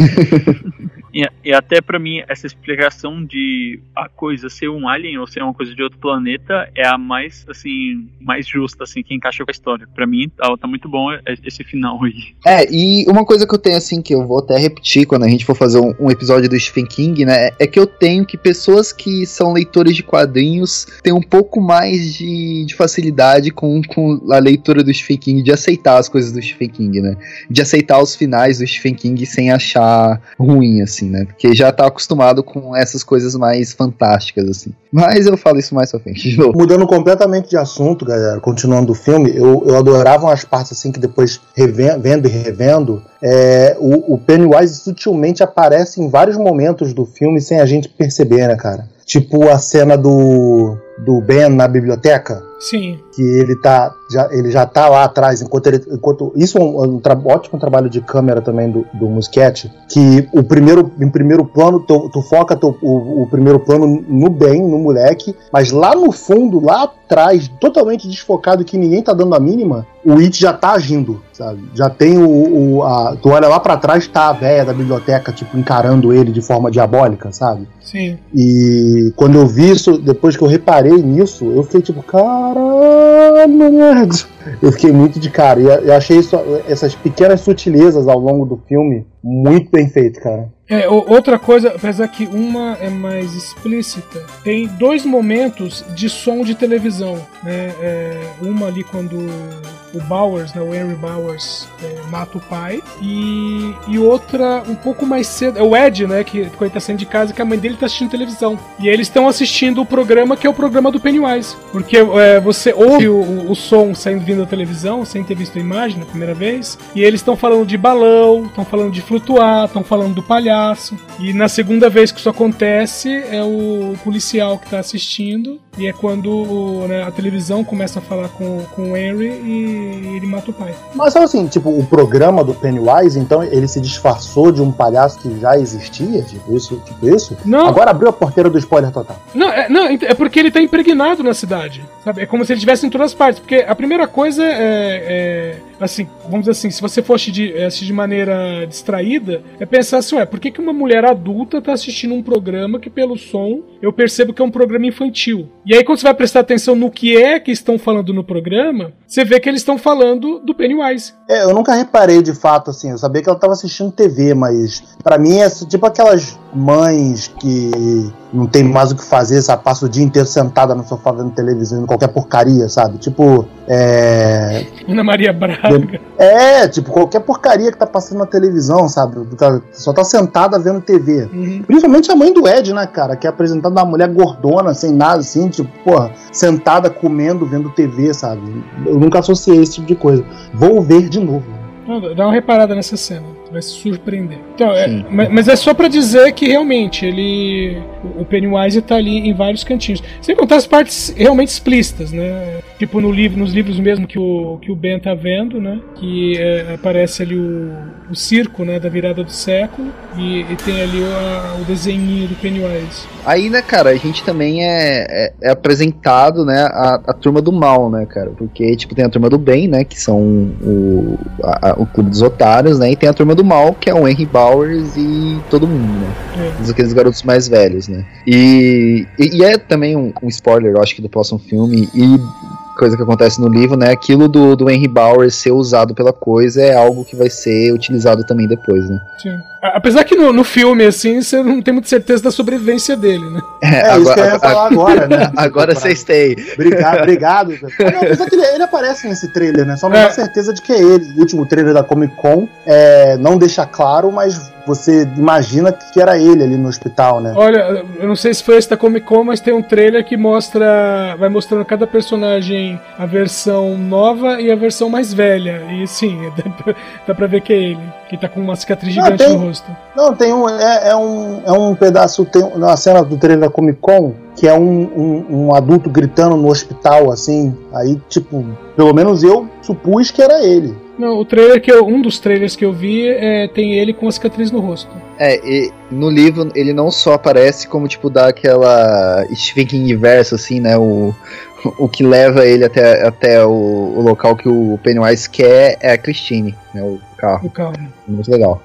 Speaker 6: E, e até pra mim, essa explicação de a coisa ser um alien ou ser uma coisa de outro planeta é a mais, assim, mais justa, assim, que encaixa com a história. Pra mim, tá, tá muito bom esse final aí.
Speaker 4: É, e uma coisa que eu tenho, assim, que eu vou até repetir quando a gente for fazer um, um episódio do Stephen King, né, é que eu tenho que pessoas que são leitores de quadrinhos têm um pouco mais de, de facilidade com, com a leitura do Stephen King, de aceitar as coisas do Stephen King, né, de aceitar os finais do Stephen King sem achar ruim, assim, né? Porque já tá acostumado com essas coisas mais fantásticas, assim. Mas eu falo isso mais pra frente de novo.
Speaker 7: Mudando completamente de assunto, galera, continuando o filme, eu, eu adorava umas partes assim que depois, revendo e revendo, é, o, o Pennywise sutilmente aparece em vários momentos do filme sem a gente perceber, né, cara? Tipo a cena do, do Ben na biblioteca.
Speaker 5: Sim.
Speaker 7: Que ele tá já, ele já tá lá atrás, enquanto ele. Enquanto, isso é um, um tra- ótimo trabalho de câmera também do, do Muschietti, que o primeiro, em primeiro plano, tu, tu foca tu, o, o primeiro plano no Ben, no moleque, mas lá no fundo, lá atrás, totalmente desfocado, que ninguém tá dando a mínima, o It já tá agindo, sabe? Já tem o. o a, tu olha lá pra trás, tá a véia da biblioteca, tipo, encarando ele de forma diabólica, sabe?
Speaker 5: Sim.
Speaker 7: E quando eu vi isso, depois que eu reparei nisso, eu fiquei tipo, caralho, nerd. Eu fiquei muito de cara. E eu achei isso, essas pequenas sutilezas ao longo do filme muito bem feito, cara.
Speaker 5: É, outra coisa, apesar que uma é mais explícita, tem dois momentos de som de televisão, né? É, uma ali quando o Bowers, né, o Henry Bowers, é, mata o pai. E, e outra, um pouco mais cedo, é o Ed, né, que quando ele tá saindo de casa, que a mãe dele tá assistindo televisão. E eles estão assistindo o programa que é o programa do Pennywise. Porque é, você ouve o, o som saindo vindo da televisão, sem ter visto a imagem na primeira vez, e eles estão falando de balão, estão falando de flutuar, estão falando do palhaço. E na segunda vez que isso acontece, é o policial que tá assistindo, e é quando, né, a televisão começa a falar com, com o Henry e ele mata o pai.
Speaker 7: Mas só assim, tipo, o programa do Pennywise, então ele se disfarçou de um palhaço que já existia? Tipo isso? Tipo isso?
Speaker 5: Não.
Speaker 7: Agora abriu a porteira do spoiler total.
Speaker 5: Não, é, não, é porque ele tá impregnado na cidade, sabe? É como se ele estivesse em todas as partes, porque a primeira coisa é, é assim, vamos dizer assim, se você for assistir de, assistir de maneira distraída, é pensar assim, ué, por que que uma mulher adulta tá assistindo um programa que pelo som eu percebo que é um programa infantil? E aí quando você vai prestar atenção no que é que estão falando no programa, você vê que eles estão falando do Pennywise.
Speaker 7: É, eu nunca reparei de fato, assim, eu sabia que ela tava assistindo T V, mas pra mim é tipo aquelas mães que não tem mais o que fazer, sabe? Passa o dia inteiro sentada no sofá vendo televisão, qualquer porcaria, sabe? Tipo, é...
Speaker 5: Ana Maria Braga.
Speaker 7: É, tipo, qualquer porcaria que tá passando na televisão, sabe? Só tá sentada vendo T V. Uhum. Principalmente a mãe do Ed, né, cara? Que é apresentada uma mulher gordona, sem nada, assim, tipo, porra, sentada comendo, vendo T V, sabe? Eu nunca associei esse tipo de coisa. Vou ver de novo.
Speaker 5: Não, dá uma reparada nessa cena, vai se surpreender. Então, é, mas, mas é só pra dizer que realmente ele, o Pennywise tá ali em vários cantinhos. Sem contar as partes realmente explícitas, né? Tipo no livro, nos livros mesmo que o, que o Ben tá vendo, né? Que é, aparece ali o, o circo, né? Da virada do século e, e tem ali o, o desenho do Pennywise.
Speaker 4: Aí, né, cara, a gente também é, é, é apresentado, né, a, a turma do mal, né, cara? Porque, tipo, tem a turma do bem, né? Que são o, a, a, o Clube dos Otários, né? E tem a turma do mal, que é o Henry Bowers e todo mundo, né? É. Aqueles garotos mais velhos, né? E, e, e é também um, um spoiler, eu acho que do próximo filme, e coisa que acontece no livro, né? Aquilo do, do Henry Bowers ser usado pela coisa é algo que vai ser utilizado também depois, né?
Speaker 5: Sim. Apesar que no, no filme, assim, você não tem muita certeza da sobrevivência dele, né?
Speaker 7: É, é agora, isso que eu ia falar agora, né?
Speaker 4: Agora vocês têm.
Speaker 7: Obrigado, obrigado. Ah, não, apesar que ele, ele aparece nesse trailer, né? Só não é. dá certeza de que é ele. O último trailer da Comic Con é, não deixa claro, mas você imagina que era ele ali no hospital, né?
Speaker 5: Olha, eu não sei se foi esse da Comic Con, mas tem um trailer que mostra, vai mostrando cada personagem a versão nova e a versão mais velha. E sim, dá pra, dá pra ver que é ele, que tá com uma cicatriz
Speaker 7: não,
Speaker 5: gigante
Speaker 7: tem,
Speaker 5: no rosto.
Speaker 7: Não, tem um, é, é um, é um pedaço, tem uma cena do trailer da Comic Con, que é um, um, um adulto gritando no hospital, assim, aí, tipo, pelo menos eu supus que era ele.
Speaker 5: Não, o trailer que eu, um dos trailers que eu vi é, tem ele com a cicatriz no rosto.
Speaker 4: É, e no livro ele não só aparece como, tipo, dá aquela Stephen King verso, assim, né, o, o que leva ele até, até o, o local que o Pennywise quer é a Christine, né, o carro.
Speaker 5: O carro.
Speaker 4: Muito legal.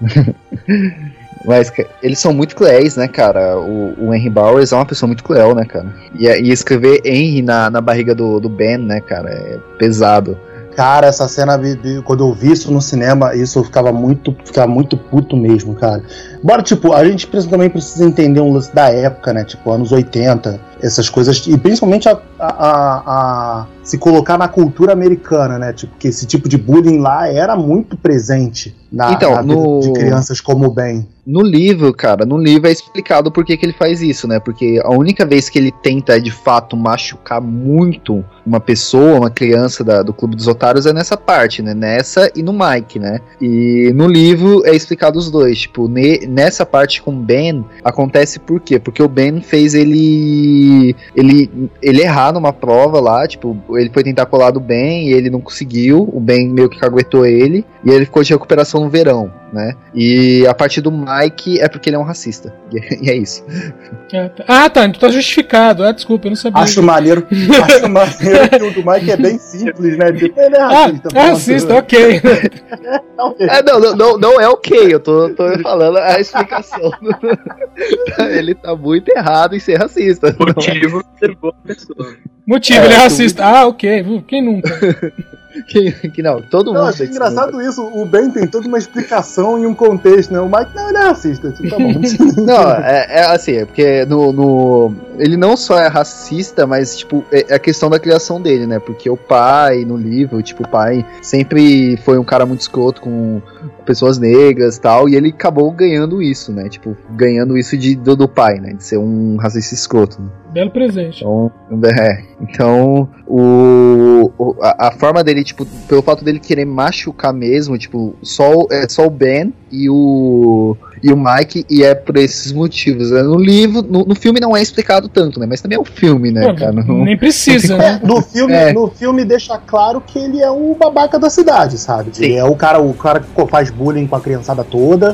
Speaker 4: Mas eles são muito cruéis, né, cara? O, o Henry Bowers é uma pessoa muito cruel, né, cara? E, e escrever Henry na, na barriga do, do Ben, né, cara, é pesado.
Speaker 7: Cara, essa cena, quando eu vi isso no cinema, isso eu ficava muito, ficava muito puto mesmo, cara. Bora, tipo, a gente também precisa entender um lance da época, né? Tipo, anos oitenta, essas coisas. E principalmente a, a, a, a se colocar na cultura americana, né? Tipo, que esse tipo de bullying lá era muito presente na,
Speaker 4: então,
Speaker 7: na vida
Speaker 4: no...
Speaker 7: de crianças como o Ben.
Speaker 4: No livro, cara, no livro é explicado por que que ele faz isso, né? Porque a única vez que ele tenta, de fato, machucar muito uma pessoa, uma criança da, do Clube dos Otários é nessa parte, né? Nessa e no Mike, né? E no livro é explicado os dois. Tipo, ne, nessa parte com o Ben, acontece por quê? Porque o Ben fez ele, ele ele errar numa prova lá, tipo, ele foi tentar colar do Ben e ele não conseguiu, o Ben meio que caguetou ele, e ele ficou de recuperação no verão, né? E a partir do Mike é porque ele é um racista. E é isso.
Speaker 5: Ah, tá. Então tá justificado. Ah, desculpa, eu não sabia.
Speaker 7: Acho maneiro. Acho maneiro que o do Mike é bem simples, né? Tipo, ele é racista.
Speaker 5: Ah, é racista, ok.
Speaker 4: É, não, não, não, não é ok. Eu tô, tô falando a explicação. Ele tá muito errado em ser racista.
Speaker 6: Motivo de ser boa pessoa.
Speaker 5: Motivo, é, ele é racista. Ah, ok. Quem nunca?
Speaker 4: que, que não, todo
Speaker 7: Não,
Speaker 4: mundo.
Speaker 7: achei
Speaker 4: tem
Speaker 7: engraçado isso. O Ben tem toda uma explicação e um contexto, né? O Mike não, ele é racista. Tipo, tá bom.
Speaker 4: Não, é, é assim, é porque no, no. Ele não só é racista, mas, tipo, é a questão da criação dele, né? Porque o pai, no livro, tipo, o pai sempre foi um cara muito escroto com pessoas negras e tal, e ele acabou ganhando isso, né? Tipo, ganhando isso de, do, do pai, né? De ser um racista escroto, né?
Speaker 5: Belo presente.
Speaker 4: Então, é, então o, o, a, a forma dele, tipo, pelo fato dele querer machucar mesmo, tipo, só, é só o Ben e o, e o Mike, e é por esses motivos. Né? No livro, no, no filme não é explicado tanto, né? Mas também é um filme, né,
Speaker 5: Pô,
Speaker 4: cara? Não,
Speaker 5: nem precisa, né?
Speaker 7: No filme,
Speaker 4: É.
Speaker 7: no filme deixa claro que ele é o babaca da cidade, sabe?
Speaker 4: Sim.
Speaker 7: Ele é o cara, o cara que faz bullying com a criançada toda.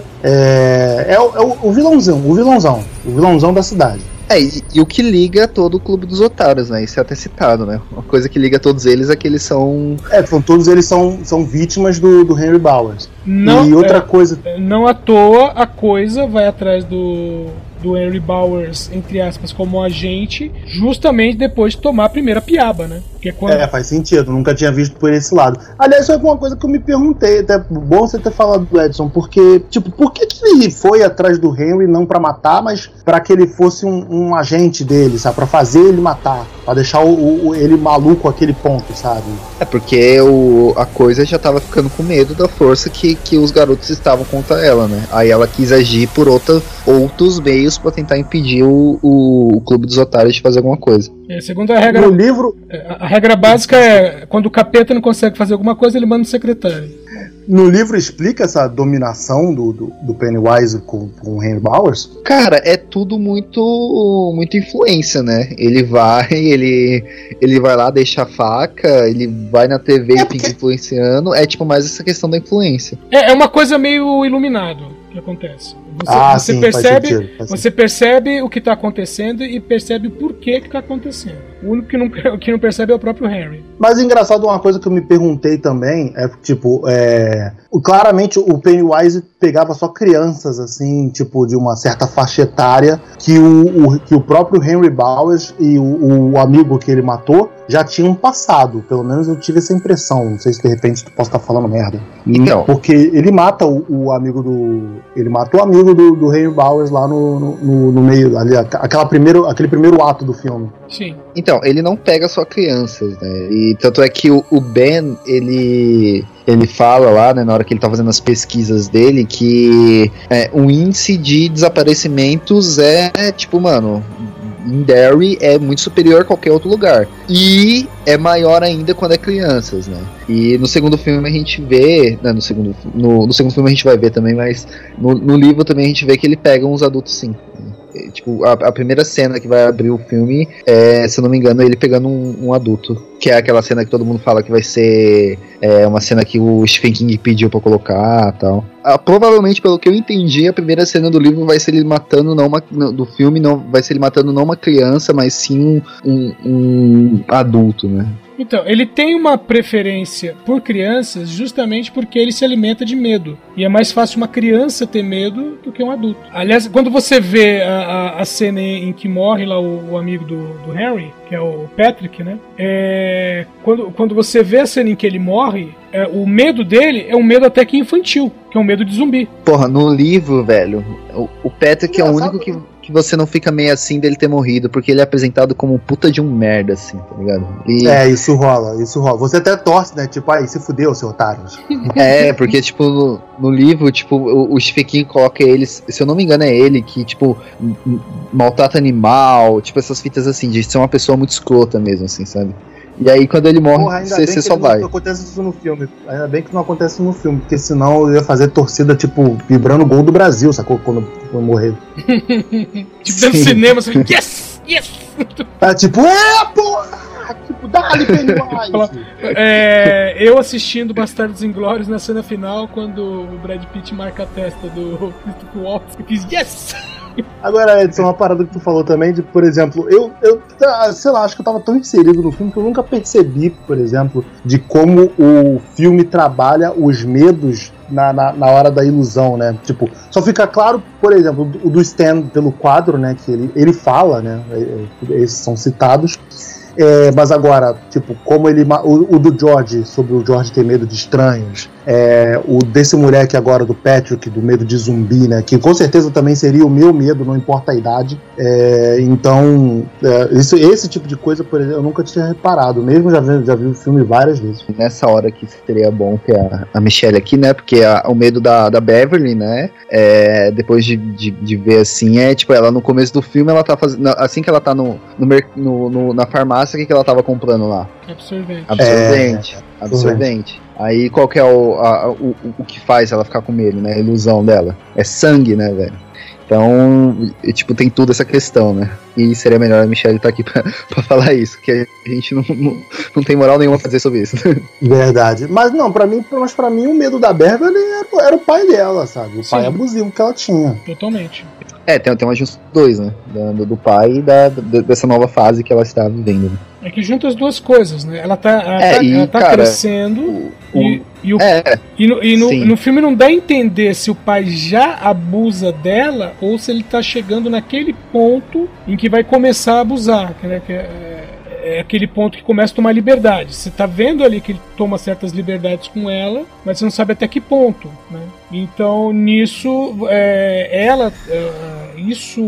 Speaker 7: É, é, o, é o, o vilãozão, o vilãozão, o vilãozão da cidade.
Speaker 4: É, e, e o que liga todo o Clube dos Otários, né? Isso é até citado, né? Uma coisa que liga todos eles é que eles são...
Speaker 7: É, são, todos eles são, são vítimas do, do Henry Bowers.
Speaker 5: Não,
Speaker 7: e outra
Speaker 5: é,
Speaker 7: coisa...
Speaker 5: não à toa a coisa vai atrás do, do Henry Bowers, entre aspas, como agente, justamente depois de tomar a primeira piaba, né? Que é quando...
Speaker 7: É, faz sentido, nunca tinha visto por esse lado. Aliás, isso é uma coisa que eu me perguntei, até bom você ter falado do Edson, porque, tipo, por que, que ele foi atrás do Henry não pra matar, mas pra que ele fosse um, um agente dele, sabe? Pra fazer ele matar, pra deixar o, o, ele maluco àquele ponto, sabe?
Speaker 4: É porque o, a coisa já tava ficando com medo da força que, que os garotos estavam contra ela, né? Aí ela quis agir por outra, outros meios pra tentar impedir o, o, o Clube dos Otários de fazer alguma coisa.
Speaker 5: É, segundo a regra,
Speaker 7: No livro,
Speaker 5: a, a regra básica é quando o capeta não consegue fazer alguma coisa, ele manda o secretário.
Speaker 7: no livro explica essa dominação do, do, do Pennywise com, com o Henry Bowers?
Speaker 4: Cara, é tudo muito muito influência, né? Ele vai, ele ele vai lá, deixa a faca, ele vai na T V
Speaker 7: É
Speaker 4: e
Speaker 7: porque-
Speaker 4: fica influenciando. É tipo mais essa questão da influência.
Speaker 5: É, é uma coisa meio iluminado que acontece. Você,
Speaker 7: ah,
Speaker 5: você
Speaker 7: sim,
Speaker 5: percebe,
Speaker 7: faz sentido, faz
Speaker 5: você percebe o que está acontecendo e percebe o porquê que está acontecendo. O único que não, que não percebe é o próprio Henry.
Speaker 7: Mas engraçado, uma coisa que eu me perguntei também é, tipo, é, o- claramente o Pennywise pegava só crianças, assim, tipo, de uma certa faixa etária, que o, o- que o próprio Henry Bowers e o, o amigo que ele matou já tinham passado. Pelo menos eu tive essa impressão. Não sei se de repente tu posso estar falando merda.
Speaker 4: Então.
Speaker 7: Porque ele mata o, o amigo do. Ele matou o amigo do, do Henry Bowers lá no, no, no- no meio, ali, aquela primeiro, aquele primeiro ato do filme.
Speaker 5: Sim.
Speaker 4: Então, ele não pega só crianças, né? E tanto é que o, o Ben, ele ele fala lá, né, na hora que ele tá fazendo as pesquisas dele, que é, o índice de desaparecimentos é, tipo, mano, em Derry é muito superior a qualquer outro lugar. E é maior ainda quando é crianças, né? E no segundo filme a gente vê, né, no segundo, no, no segundo filme a gente vai ver também, mas no, no livro também a gente vê que ele pega uns adultos sim. É, tipo, a, a primeira cena que vai abrir o filme é, se eu não me engano, ele pegando um, um adulto. Que é aquela cena que todo mundo fala que vai ser é, uma cena que o Stephen King pediu pra colocar e tal. Ah, provavelmente, pelo que eu entendi, a primeira cena do livro vai ser ele matando, não uma, do filme, não vai ser ele matando não uma criança, mas sim um, um adulto, né?
Speaker 5: Então, ele tem uma preferência por crianças justamente porque ele se alimenta de medo. E é mais fácil uma criança ter medo do que um adulto. Aliás, quando você vê a, a, a cena em que morre lá o, o amigo do, do Henry, que é o Patrick, né? É, quando, quando você vê a cena em que ele morre, é, o medo dele é um medo até que infantil, que é um medo de zumbi.
Speaker 4: Porra, no livro, velho, o, o Patrick é o único que, que você não fica meio assim dele ter morrido, porque ele é apresentado como um puta de um merda, assim, tá ligado? E,
Speaker 7: É, isso rola, isso rola. Você até torce, né? Tipo, aí, se fudeu, seu otário.
Speaker 4: é, porque, tipo, no, no livro, tipo, o, o Stephen King coloca eles, se eu não me engano, é ele que, tipo, m- m- maltrata animal, tipo, essas fitas assim, de ser uma pessoa muito escrota mesmo, assim, sabe? E aí, quando ele morre,
Speaker 7: Porra, ainda
Speaker 4: você
Speaker 7: bem
Speaker 4: você
Speaker 7: que
Speaker 4: só
Speaker 7: não
Speaker 4: vai.
Speaker 7: acontece isso no filme. Ainda bem que não acontece no filme, porque senão eu ia fazer torcida, tipo, vibrando o gol do Brasil, sacou? Quando, quando morrer.
Speaker 5: Tipo, dentro do cinema, você fica, yes! Yes!
Speaker 7: Tá tipo, é, porra! Tipo, dá-lhe, Pennywise!
Speaker 5: É, eu assistindo Bastardos Inglórios na cena final, quando o Brad Pitt marca a testa do Christopher Waltz, eu fiz yes!
Speaker 7: Agora, Edson, uma parada que tu falou também, de, por exemplo, eu, eu, tá, sei lá, acho que eu tava tão inserido no filme que eu nunca percebi, por exemplo, de como o filme trabalha os medos na, na, na hora da ilusão, né? Tipo, só fica claro, por exemplo, o do Stan pelo quadro, né, que ele, ele fala, né, esses são citados. É, mas agora, tipo, como ele. O, o do George, sobre o George ter medo de estranhos. É, o desse moleque agora, do Patrick, do medo de zumbi, né? Que com certeza também seria o meu medo, não importa a idade. É, então, é, esse, esse tipo de coisa, por exemplo, eu nunca tinha reparado. Mesmo já vi, já vi o filme várias vezes.
Speaker 4: Nessa hora que seria bom ter a, a Michelle aqui, né? Porque a, o medo da, da Beverly, né? É, depois de, de, de ver assim, é tipo, ela no começo do filme, ela tá fazendo. Assim que ela tá no, no, no, no na farmácia, o que, que ela tava comprando lá?
Speaker 5: Absorvente.
Speaker 4: Absorvente.
Speaker 7: É,
Speaker 4: absorvente. Aí qual que é o, a, o, o que faz ela ficar com medo, né? A ilusão dela. É sangue, né, velho? Então, e, tipo, tem tudo essa questão, né? E seria melhor a Michelle estar aqui pra, pra falar isso, porque a gente não, não, não tem moral nenhuma pra dizer sobre isso.
Speaker 7: Verdade. Mas não, pra mim, mas pra mim o medo da Beverly era, era o pai dela, sabe? O
Speaker 5: Sim.
Speaker 7: pai abusivo que ela tinha.
Speaker 5: Totalmente.
Speaker 4: É, tem, tem uma junção dos dois, né? Do, do pai e da, do, dessa nova fase que ela está vivendo. Né?
Speaker 5: É que junta as duas coisas, né? Ela tá, ela
Speaker 4: É,
Speaker 5: tá,
Speaker 4: e,
Speaker 5: ela tá
Speaker 4: cara,
Speaker 5: crescendo
Speaker 4: o-
Speaker 5: e, e, o,
Speaker 4: É,
Speaker 5: e, no, e no,
Speaker 4: sim.
Speaker 5: no filme não dá a entender se o pai já abusa dela ou se ele tá chegando naquele ponto em que vai começar a abusar, né? Que é, é aquele ponto que começa a tomar liberdade. Você tá vendo ali que ele toma certas liberdades com ela, mas você não sabe até que ponto, né? Então, nisso, é, ela, é, isso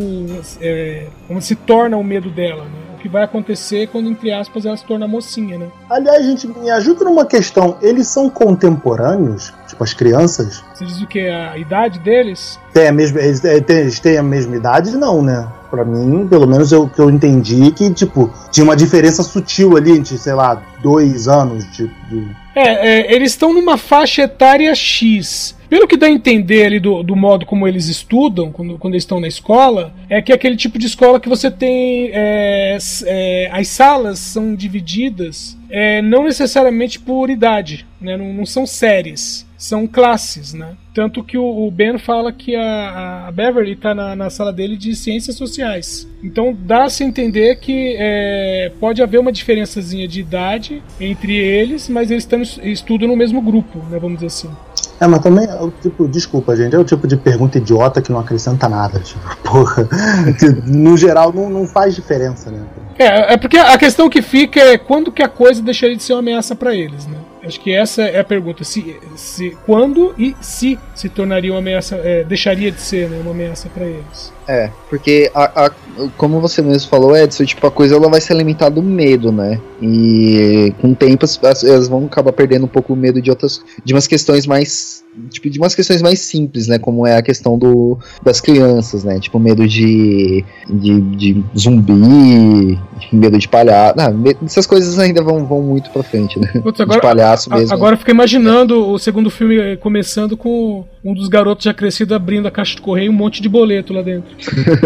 Speaker 5: é, como se torna o medo dela, né? O que vai acontecer quando, entre aspas, ela se torna mocinha, né?
Speaker 7: Aliás, gente, me ajuda numa questão. Eles são contemporâneos? Tipo, as crianças?
Speaker 5: Você diz o que? A idade deles?
Speaker 7: Tem a mesma, eles, eles têm a mesma idade? Não, né? Pra mim, pelo menos o que eu entendi, que, tipo, tinha uma diferença sutil ali entre, sei lá, dois anos de... de...
Speaker 5: É, é, eles estão numa faixa etária X. Pelo que dá a entender ali do, do modo como eles estudam, quando, quando eles estão na escola, é que é aquele tipo de escola que você tem... É, é, as salas são divididas é, não necessariamente por idade, né? não, não são séries, são classes, né? Tanto que o, o Ben fala que a, a Beverly está na, na sala dele de ciências sociais. Então dá-se a entender que é, pode haver uma diferençazinha de idade entre eles, mas eles tão, estudam no mesmo grupo, né, vamos dizer assim.
Speaker 7: É, mas também, é o tipo, desculpa, gente, é o tipo de pergunta idiota que não acrescenta nada, tipo, porra, que no geral não, não faz diferença, né?
Speaker 5: É, é porque a questão que fica é quando que a coisa deixaria de ser uma ameaça para eles, né? Acho que essa é a pergunta, se, se quando e se se tornaria uma ameaça, é, deixaria de ser, né, uma ameaça para eles.
Speaker 4: É, porque a, a, como você mesmo falou, Edson, tipo, a coisa ela vai se alimentar do medo, né? E com o tempo as, as, elas vão acabar perdendo um pouco o medo de outras, de umas questões mais, tipo, de umas questões mais simples, né? Como é a questão do, das crianças, né? Tipo, medo de, de, de zumbi, medo de palhaço. Não, medo, essas coisas ainda vão, vão muito pra frente, né?
Speaker 5: Putz, agora,
Speaker 4: de palhaço mesmo.
Speaker 5: Agora eu fico imaginando o segundo filme começando com um dos garotos já crescido abrindo a caixa de correio e um monte de boleto lá dentro.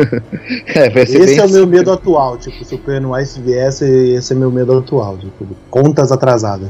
Speaker 4: É, vai ser
Speaker 7: Esse
Speaker 4: bem
Speaker 7: é o meu
Speaker 4: assim.
Speaker 7: medo atual, tipo, se o Pennywise viesse, esse é meu medo atual, tipo, contas atrasadas.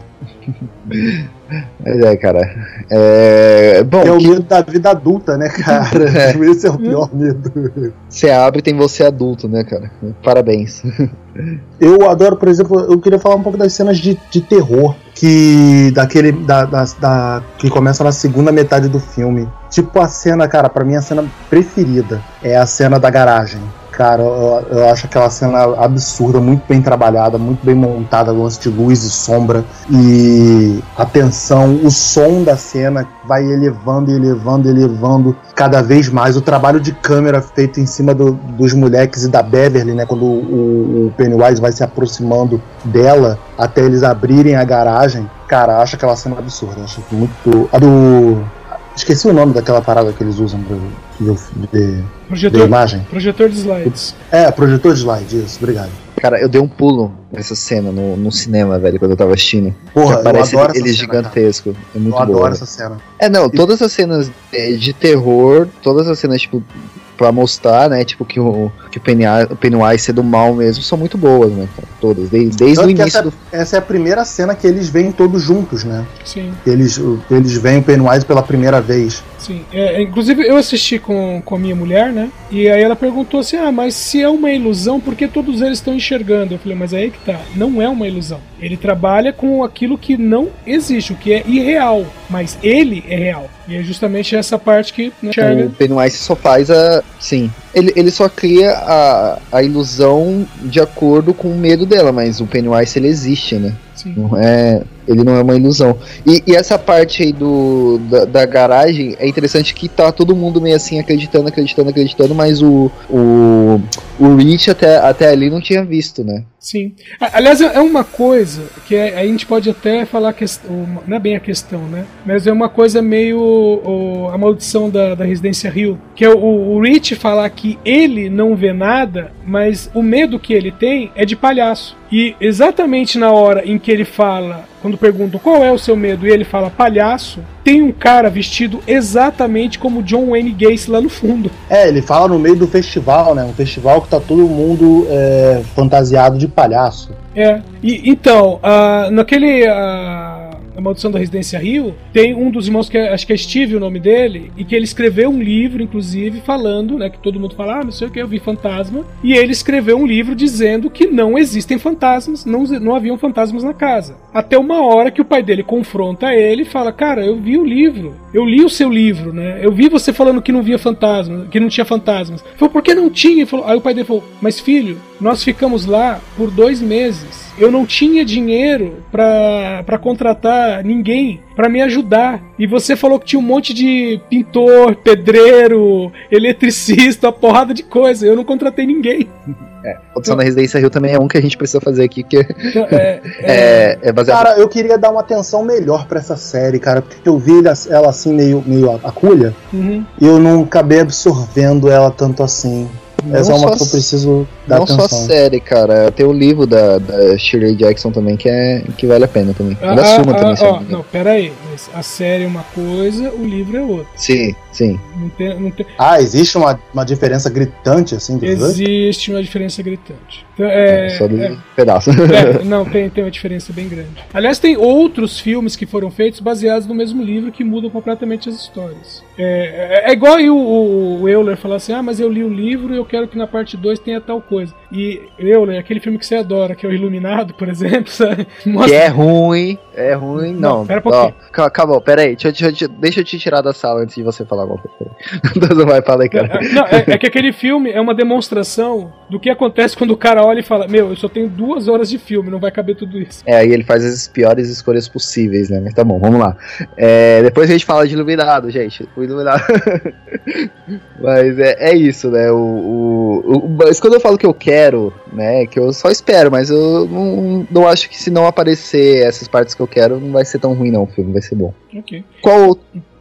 Speaker 4: Mas é, cara. É, bom,
Speaker 7: É o
Speaker 4: que
Speaker 7: medo da vida adulta, né, cara?
Speaker 4: É.
Speaker 7: Esse é o pior medo.
Speaker 4: você abre e tem você adulto, né, cara? Parabéns.
Speaker 7: Eu adoro, por exemplo, eu queria falar um pouco das cenas de, de terror que daquele da, da, da que começa na segunda metade do filme. Tipo a cena, cara, pra mim a cena preferida é a cena da garagem. Cara, eu, eu acho aquela cena absurda, muito bem trabalhada, muito bem montada, lance de luz e sombra e a tensão, o som da cena vai elevando, elevando, elevando cada vez mais. O trabalho de câmera feito em cima do, dos moleques e da Beverly, né, quando o, o Pennywise vai se aproximando dela até eles abrirem a garagem. Cara, acho aquela cena absurda, acho muito... A do... Esqueci o nome daquela parada que eles usam pra ver, ver,
Speaker 5: Projetor,
Speaker 7: ver a imagem.
Speaker 5: projetor de slides.
Speaker 7: É, projetor de slide, isso, obrigado.
Speaker 4: Cara, eu dei um pulo nessa cena no, no cinema, velho, quando eu tava assistindo.
Speaker 7: Porra,
Speaker 4: que aparece
Speaker 7: eu adoro
Speaker 4: ele, ele
Speaker 7: essa cena,
Speaker 4: gigantesco. É muito
Speaker 7: Eu
Speaker 4: boa.
Speaker 7: adoro essa cena.
Speaker 4: É, não, todas as cenas é, de terror, todas as cenas, tipo, pra mostrar, né, tipo, que o, que o Pennywise, o Pennywise é do mal mesmo, são muito boas, né, cara, todas, desde, desde
Speaker 7: Tanto
Speaker 4: o
Speaker 7: que
Speaker 4: início
Speaker 7: essa,
Speaker 4: do...
Speaker 7: essa é a primeira cena que eles vêm todos juntos, né?
Speaker 5: Sim.
Speaker 7: Eles, eles veem o Pennywise pela primeira vez.
Speaker 5: Sim. É, inclusive eu assisti com, com a minha mulher, né? E aí ela perguntou assim, ah, mas se é uma ilusão, por que todos eles estão enxergando? Eu falei, mas aí que tá, não é uma ilusão. Ele trabalha com aquilo que não existe, o que é irreal, mas ele é real. E é justamente essa parte que não enxerga.
Speaker 4: O Pennywise só faz a... Sim. Ele, ele só cria a, a ilusão de acordo com o medo dela, mas o Pennywise, ele existe, né?
Speaker 5: Sim.
Speaker 4: Não é, ele não é uma ilusão. E, e essa parte aí do, da, da garagem, é interessante que tá todo mundo meio assim acreditando, acreditando, acreditando, mas o, o, o Rich até, até ali não tinha visto, né?
Speaker 5: Sim. Aliás, é uma coisa que é, a gente pode até falar que não é bem a questão, né? Mas é uma coisa meio o, a maldição da, da Residência Hill, que é o, o Rich falar que ele não vê nada, mas o medo que ele tem é de palhaço. E exatamente na hora em que ele fala, quando perguntam qual é o seu medo, e ele fala palhaço, tem um cara vestido exatamente como John Wayne Gacy lá no fundo.
Speaker 7: É, ele fala no meio do festival, né? Um festival que tá todo mundo é, fantasiado de palhaço.
Speaker 5: É, e então, uh, naquele... Uh, A Maldição da Residência Hill, tem um dos irmãos que é, acho que é Steve o nome dele, e que ele escreveu um livro, inclusive, falando, né, que todo mundo fala, ah, não sei o que, eu vi fantasma, e ele escreveu um livro dizendo que não existem fantasmas, não, não haviam fantasmas na casa. Até uma hora que o pai dele confronta ele e fala, cara, eu vi o livro, eu li o seu livro, né, eu vi você falando que não via fantasmas, que não tinha fantasmas. Ele falou, por que não tinha? Ele falou, aí o pai dele falou, mas filho, nós ficamos lá por dois meses. Eu não tinha dinheiro pra, pra contratar ninguém pra me ajudar. E você falou que tinha um monte de pintor, pedreiro, eletricista, uma porrada de coisa. Eu não contratei ninguém.
Speaker 4: É, a Maldição da Residência Hill também é um que a gente precisa fazer aqui, que
Speaker 5: Então, é, é...
Speaker 4: é, é baseado...
Speaker 7: Cara, eu queria dar uma atenção melhor pra essa série, cara, porque eu vi ela assim meio, meio aculha,
Speaker 5: Uhum.
Speaker 7: e eu não acabei absorvendo ela tanto assim. Essa é uma que eu preciso dar
Speaker 4: não
Speaker 7: atenção.
Speaker 4: Não só a série, cara. Tem o livro da, da Shirley Jackson também, que, é, que vale a pena também.
Speaker 5: Ah,
Speaker 4: da Suma
Speaker 5: ah,
Speaker 4: também,
Speaker 5: ah,
Speaker 4: se eu
Speaker 5: ó,
Speaker 4: não me engano.
Speaker 5: não, pera aí. Mas a série é uma coisa, o livro é outra.
Speaker 4: Sim, sim.
Speaker 5: Não tem, não tem...
Speaker 7: Ah, existe uma, uma diferença gritante assim dos dois?
Speaker 5: Existe uma diferença gritante. Então, é,
Speaker 4: É, só do
Speaker 5: é,
Speaker 4: pedaço.
Speaker 5: É, não, tem, tem uma diferença bem grande. Aliás, tem outros filmes que foram feitos baseados no mesmo livro que mudam completamente as histórias. É, é, é igual aí o, o, o Euler falar assim, ah, mas eu li o livro e eu quero que na parte dois tenha tal coisa. E Euler, aquele filme que você adora, que é o Iluminado, por exemplo, sabe?
Speaker 4: Mostra... Que é ruim, é ruim, não.
Speaker 5: Não, pera um pouquinho.
Speaker 4: Ó, acabou, pera aí, deixa, eu- deixa, eu te- deixa eu te tirar da sala antes de você falar alguma coisa. Não vai falar aí, cara.
Speaker 5: Não, é, é que aquele filme é uma demonstração do que acontece quando o cara olha e fala, meu, eu só tenho duas horas de filme, não vai caber tudo isso.
Speaker 4: É, aí ele faz as piores escolhas possíveis, né? Mas tá bom, vamos lá. É, depois a gente fala de Iluminado, gente. O Iluminado. Mas é, é isso, né? O, o, o- mas quando eu falo que eu quero, né? Que eu só espero, mas eu não, não acho que se não aparecer essas partes que eu quero, não vai ser tão ruim, não. O filme vai ser bom.
Speaker 5: Ok.
Speaker 4: Qual.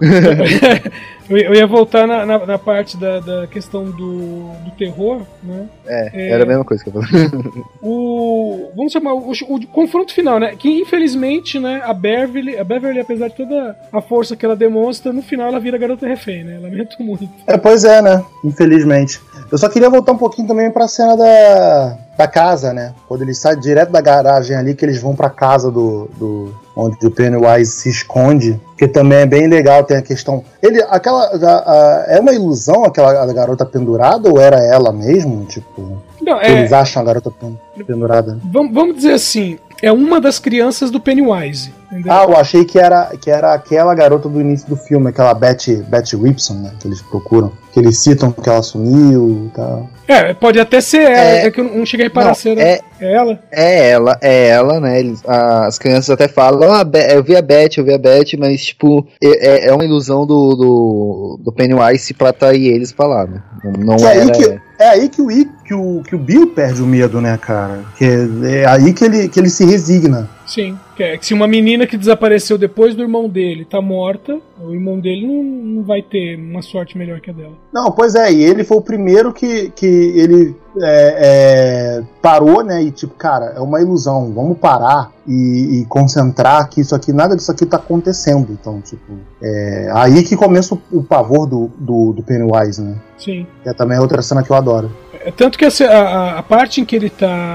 Speaker 5: eu, eu ia voltar na, na, na parte da, da questão do, do terror, né?
Speaker 4: É,
Speaker 5: É.
Speaker 4: era a mesma coisa que eu falei.
Speaker 5: O. Vamos chamar o, o confronto final, né? Que infelizmente, né, a Beverly, a Beverly, apesar de toda a força que ela demonstra, no final ela vira garota refém, né? Lamento muito.
Speaker 7: É, pois é, né? Infelizmente. Eu só queria voltar um pouquinho também pra cena da, da casa, né? Quando eles saem direto da garagem ali, que eles vão pra casa do, do onde o Pennywise se esconde, que também é bem legal, tem a questão... Ele, aquela... A, a, é uma ilusão aquela a garota pendurada ou era ela mesmo? Tipo...
Speaker 5: Não,
Speaker 7: que
Speaker 5: é,
Speaker 7: eles acham a garota pen- pendurada?
Speaker 5: vamos, vamos dizer assim, é uma das crianças do Pennywise. Entendeu?
Speaker 7: Ah, eu achei que era, que era aquela garota do início do filme, aquela Betty, Betty Whipson, né? Que eles procuram. Que eles citam que ela sumiu e tal.
Speaker 5: É, pode até ser ela, é,
Speaker 4: É,
Speaker 5: que eu não cheguei a reparar
Speaker 4: não,
Speaker 5: se era
Speaker 4: é-
Speaker 5: é ela.
Speaker 4: É ela, é ela, né? Eles, as crianças até falam, ah, Be- eu vi a Beth, eu vi a Beth, mas, tipo, é, é uma ilusão do, do, do Pennywise pra atrair eles pra lá, né? Não, não
Speaker 7: Que é, aí
Speaker 4: era.
Speaker 7: que, é aí que o, I- que, o, que o Bill perde o medo, né, cara? Que é, é aí que ele, que ele se resigna.
Speaker 5: Sim, que é que se uma menina que desapareceu depois do irmão dele tá morta, o irmão dele não, não vai ter uma sorte melhor que a dela.
Speaker 7: Não, pois é, e ele foi o primeiro que, que ele é, é, parou, né? E tipo, cara, é uma ilusão, vamos parar e, e concentrar que isso aqui, nada disso aqui tá acontecendo. Então, tipo, é aí que começa o, o pavor do, do, do Pennywise, né?
Speaker 5: Sim.
Speaker 7: Que é também outra cena que eu adoro.
Speaker 5: É tanto que essa, a, a parte em que ele tá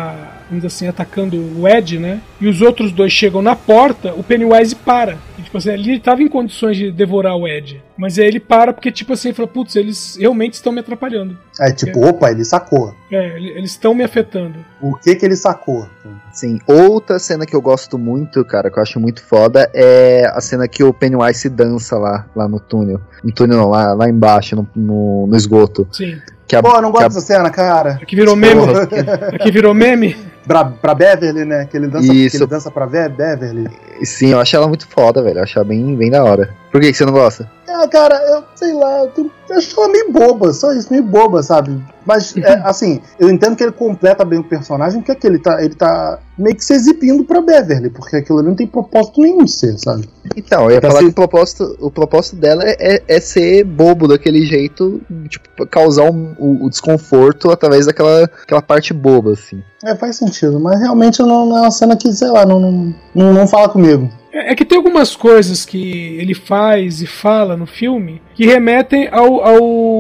Speaker 5: vamos dizer assim, atacando o Ed, né? E os outros dois chegam na porta, o Pennywise para. E, tipo assim, ele estava em condições de devorar o Ed. Mas aí ele para porque, tipo assim, ele fala, putz, eles realmente estão me atrapalhando.
Speaker 7: É tipo, é. opa, ele sacou.
Speaker 5: É, eles estão me afetando.
Speaker 7: O que que ele sacou?
Speaker 4: Sim, outra cena que eu gosto muito, cara, que eu acho muito foda, é a cena que o Pennywise dança lá, lá no túnel. No túnel não, lá, lá embaixo, no, no, no esgoto.
Speaker 5: Sim.
Speaker 4: Que a,
Speaker 7: Pô, eu não gosto
Speaker 4: a...
Speaker 7: dessa cena, cara.
Speaker 5: Aqui virou meme. Aqui virou meme.
Speaker 7: Pra, pra Beverly, né? Que ele dança,
Speaker 4: Isso.
Speaker 7: que ele dança pra Beverly.
Speaker 4: Sim, eu acho ela muito foda, velho. Eu acho ela bem, bem da hora. Por que, que você não gosta?
Speaker 7: Ah, cara, eu sei lá, eu, tenho, eu acho ela meio boba, só isso, meio boba, sabe? Mas, é, assim, eu entendo que ele completa bem o personagem, porque aqui ele tá, ele tá meio que se exibindo pra Beverly, porque aquilo ali não tem propósito nenhum de ser, sabe?
Speaker 4: Então, eu ia
Speaker 7: Tá
Speaker 4: falar
Speaker 7: se...
Speaker 4: que o propósito, o propósito dela é, é ser bobo daquele jeito, tipo, causar um, o, o desconforto através daquela aquela parte boba, assim.
Speaker 7: É, faz sentido, mas realmente não, não é uma cena que, sei lá, não, não, não, não fala comigo.
Speaker 5: É que tem algumas coisas que ele faz e fala no filme que remetem ao, ao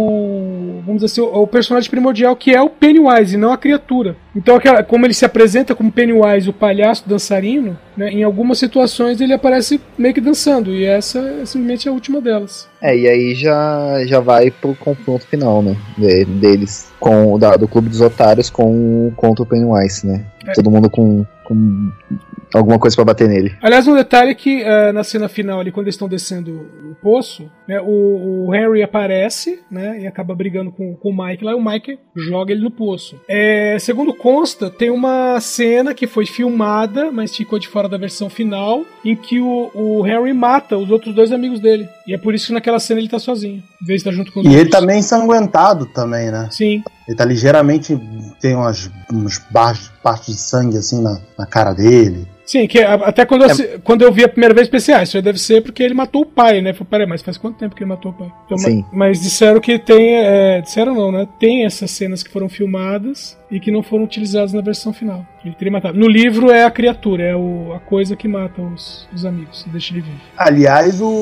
Speaker 5: vamos dizer assim, ao personagem primordial, que é o Pennywise, e não a criatura. Então, como ele se apresenta como Pennywise, o palhaço dançarino, né, em algumas situações ele aparece meio que dançando, e essa é simplesmente a última delas.
Speaker 4: É, e aí já, já vai pro confronto final, né, de, deles, com, da, do Clube dos Otários com, contra o Pennywise, né. É. Todo mundo com... com alguma coisa pra bater nele.
Speaker 5: Aliás, um detalhe é que uh, na cena final, ali, quando eles estão descendo o poço, né, o, o Henry aparece, né, e acaba brigando com, com o Mike lá, e o Mike joga ele no poço. É, segundo consta, tem uma cena que foi filmada, mas ficou de fora da versão final, em que o, o Henry mata os outros dois amigos dele. E é por isso que naquela cena ele tá sozinho, em vez de estar junto com os
Speaker 7: E
Speaker 5: outros.
Speaker 7: ele tá meio ensanguentado também, né?
Speaker 5: Sim.
Speaker 7: Ele tá ligeiramente... Tem umas, uns barros, partes de sangue assim na, na cara dele.
Speaker 5: Sim, que até quando eu, é. quando eu vi a primeira vez pensei, ah, isso aí deve ser porque ele matou o pai, né? Falei, peraí, mas faz quanto tempo que ele matou o pai? Então,
Speaker 4: Sim.
Speaker 5: Mas, mas disseram que tem, é, disseram não, né? Tem essas cenas que foram filmadas e que não foram utilizadas na versão final. Ele teria matado. No livro é a criatura, é o, a coisa que mata os, os amigos, deixa ele vivo.
Speaker 7: Aliás, o,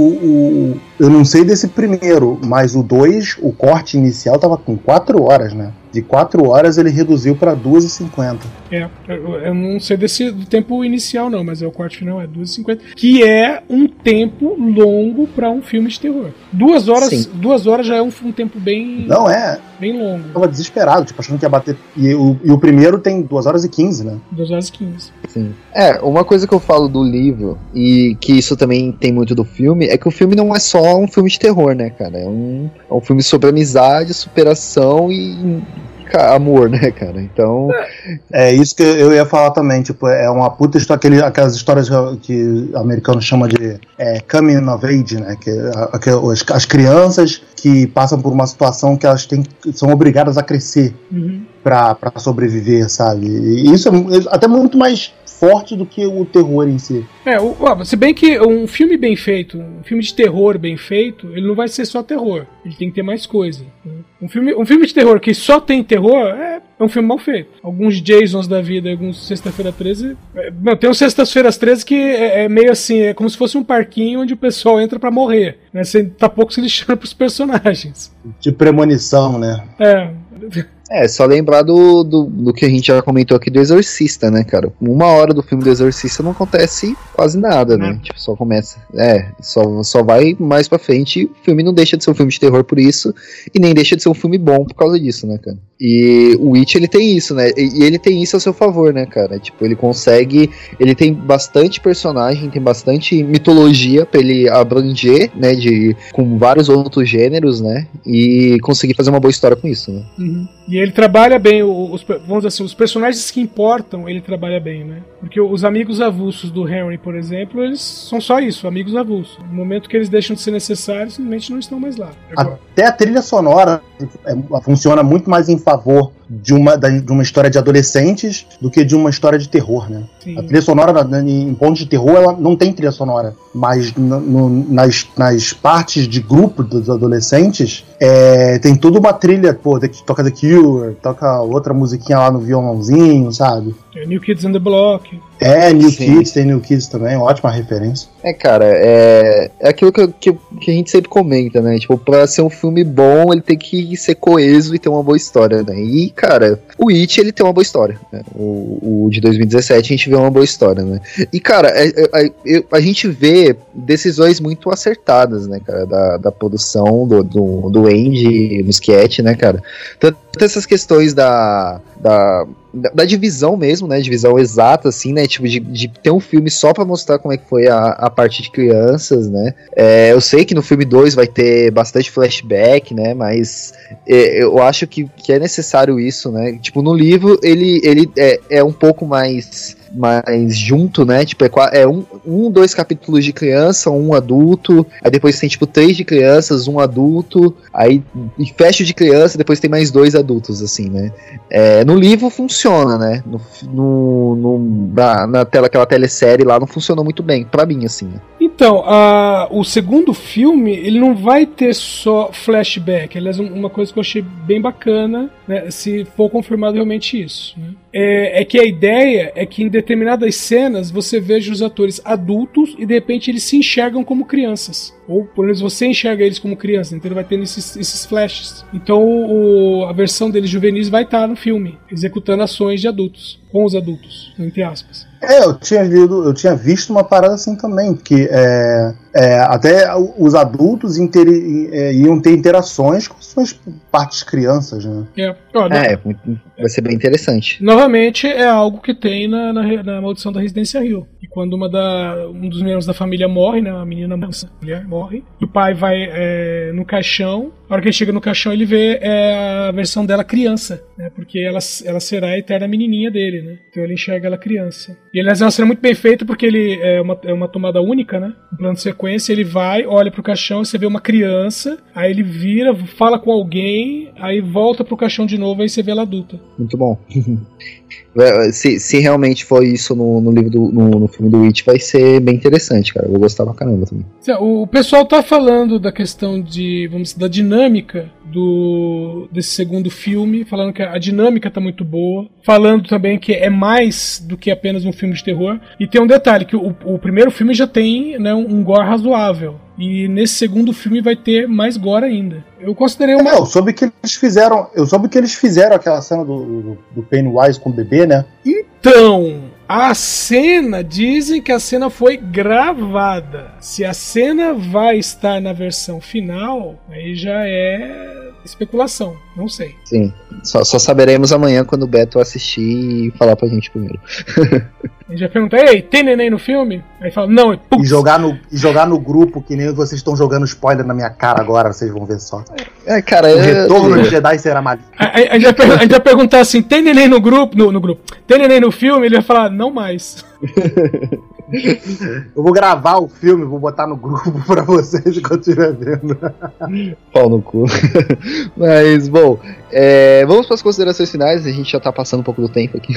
Speaker 7: o eu não sei desse primeiro, mas o dois, o corte inicial tava com quatro horas, né? De quatro horas ele reduziu para duas e cinquenta.
Speaker 5: É, eu, eu não sei desse do tempo inicial não, mas é o corte final, é duas e cinquenta, que é um tempo longo para um filme de terror. Duas horas, Sim. duas horas já é um, um tempo bem...
Speaker 7: Não, é...
Speaker 5: bem longo.
Speaker 7: Eu tava desesperado, tipo, achando que ia bater... E o, e o primeiro tem duas horas e quinze, né?
Speaker 5: duas horas e quinze.
Speaker 4: Sim. É, uma coisa que eu falo do livro, e que isso também tem muito do filme, é que o filme não é só um filme de terror, né, cara? É um, é um filme sobre amizade, superação e... amor, né, cara? Então...
Speaker 7: É isso que eu ia falar também, tipo, é uma puta história, aquele, aquelas histórias que o americano chama de é, coming of age, né, que, que as, as crianças que passam por uma situação que elas têm, são obrigadas a crescer uhum. pra, pra sobreviver, sabe? E isso é até muito mais forte do que o terror em si.
Speaker 5: É, o, ó, se bem que um filme bem feito, um filme de terror bem feito, ele não vai ser só terror, ele tem que ter mais coisa. Um filme, um filme de terror que só tem terror é, é um filme mal feito. Alguns Jasons da vida, alguns Sexta-feira treze... É, não, tem uns Sextas-feiras treze que é, é meio assim, é como se fosse um parquinho onde o pessoal entra pra morrer, né? Você tá pouco se lixando pros personagens.
Speaker 7: De premonição, né?
Speaker 5: É...
Speaker 4: É, só lembrar do, do, do que a gente já comentou aqui do Exorcista, né, cara? Uma hora do filme do Exorcista não acontece quase nada, né? Tipo, só começa. É, só, só vai mais pra frente. O filme não deixa de ser um filme de terror por isso, e nem deixa de ser um filme bom por causa disso, né, cara? E o It, ele tem isso, né? E, e ele tem isso a seu favor, né, cara? Tipo, ele consegue. Ele tem bastante personagem, tem bastante mitologia pra ele abranger, né? De, com vários outros gêneros, né? E conseguir fazer uma boa história com isso, né?
Speaker 5: Uhum. E ele trabalha bem, os, vamos dizer assim, os personagens que importam, ele trabalha bem, né? Porque os amigos avulsos do Henry, por exemplo, eles são só isso, amigos avulsos. No momento que eles deixam de ser necessários, simplesmente não estão mais lá. Agora.
Speaker 7: Até a trilha sonora é, funciona muito mais em favor de uma, de uma história de adolescentes do que de uma história de terror, né? Sim. A trilha sonora, em pontos de terror, ela não tem trilha sonora, mas no, no, nas, nas partes de grupo dos adolescentes, é, tem toda uma trilha, pô, toca The Cure, toca outra musiquinha lá no violãozinho, sabe?
Speaker 5: É, New Kids on the Block.
Speaker 7: É, New
Speaker 4: Sim.
Speaker 7: Kids, tem New Kids também, ótima referência.
Speaker 4: É, cara, é, é aquilo que, que, que a gente sempre comenta, né? Tipo, pra ser um filme bom, ele tem que ser coeso e ter uma boa história, né? E, cara, o It, ele tem uma boa história, né? O, o de dois mil e dezessete a gente vê uma boa história, né? E, cara, a, a, a gente vê decisões muito acertadas, né, cara, da, da produção do, do, do Andy Muschietti, né, cara? Tanto essas questões da... da Da, da divisão mesmo, né, divisão exata, assim, né, tipo, de, de ter um filme só pra mostrar como é que foi a, a parte de crianças, né, é, eu sei que no filme dois vai ter bastante flashback, né, mas é, eu acho que, que é necessário isso, né, tipo, no livro ele, ele é, é um pouco mais... mais junto, né, tipo, é, é um, um, dois capítulos de criança, um adulto, aí depois tem, tipo, três de crianças, um adulto, aí fecha o de criança, depois tem mais dois adultos, assim, né, é, no livro funciona, né, no, no, no, na, na tela, aquela telesérie lá não funcionou muito bem, pra mim, assim, né.
Speaker 5: Então, a, o segundo filme, ele não vai ter só flashback, aliás, uma coisa que eu achei bem bacana, né, se for confirmado realmente isso, né. É, é que a ideia é que em determinadas cenas você veja os atores adultos e de repente eles se enxergam como crianças. Ou pelo menos você enxerga eles como crianças, então ele vai tendo esses, esses flashes. Então o, a versão deles juvenis vai estar no filme, executando ações de adultos, com os adultos, entre aspas.
Speaker 7: É, eu tinha, lido, eu tinha visto uma parada assim também, que é, é, até os adultos interi- é, iam ter interações com suas partes crianças, né?
Speaker 5: É, Olha,
Speaker 4: é vai ser bem interessante.
Speaker 5: Novamente, é algo que tem na, na, na Maldição da Residência Hill. E quando uma da, um dos membros da família morre, né, a menina moça, a mulher morre, e o pai vai é, no caixão, a hora que ele chega no caixão ele vê é, a versão dela criança, né, porque ela, ela será a eterna menininha dele, né? Então ele enxerga ela criança. E aliás é uma cena muito bem feita porque ele é uma, é uma tomada única, né? Um plano de sequência, ele vai, olha pro caixão e você vê uma criança, aí ele vira, fala com alguém, aí volta pro caixão de novo, aí você vê ela adulta.
Speaker 4: Muito bom. Se, se realmente for isso no, no livro do, no, no filme do It, vai ser bem interessante, cara. Eu vou gostar pra caramba também.
Speaker 5: O pessoal tá falando da questão de, vamos dizer, da dinâmica do, desse segundo filme, falando que a dinâmica tá muito boa, falando também que é mais do que apenas um filme de terror. E tem um detalhe, que o, o primeiro filme já tem, né, um gore razoável. E nesse segundo filme vai ter mais gore ainda. Eu considerei uma...
Speaker 7: É, eu soube que eles fizeram. Eu soube que eles fizeram aquela cena do, do, do Pennywise com o bebê, né?
Speaker 5: Então, a cena, dizem que a cena foi gravada. Se a cena vai estar na versão final, aí já é especulação, não sei.
Speaker 4: Sim, só, só saberemos amanhã quando o Beto assistir e falar pra gente primeiro.
Speaker 5: A gente vai perguntar, ei, tem neném no filme? Aí fala, não, e
Speaker 7: E jogar no, e jogar no grupo, que nem vocês estão jogando spoiler na minha cara agora, vocês vão ver só.
Speaker 4: É, cara,
Speaker 7: o
Speaker 4: eu...
Speaker 7: retorno do Jedi será maligno.
Speaker 5: A, a, a, gente vai per- a gente vai perguntar assim, tem neném no grupo? No, no grupo. Tem neném no filme? Ele vai falar, não mais.
Speaker 7: Eu vou gravar o filme, vou botar no grupo pra vocês enquanto estiver vendo.
Speaker 4: Pau no cu. Mas, bom, é, vamos para as considerações finais, a gente já tá passando um pouco do tempo aqui.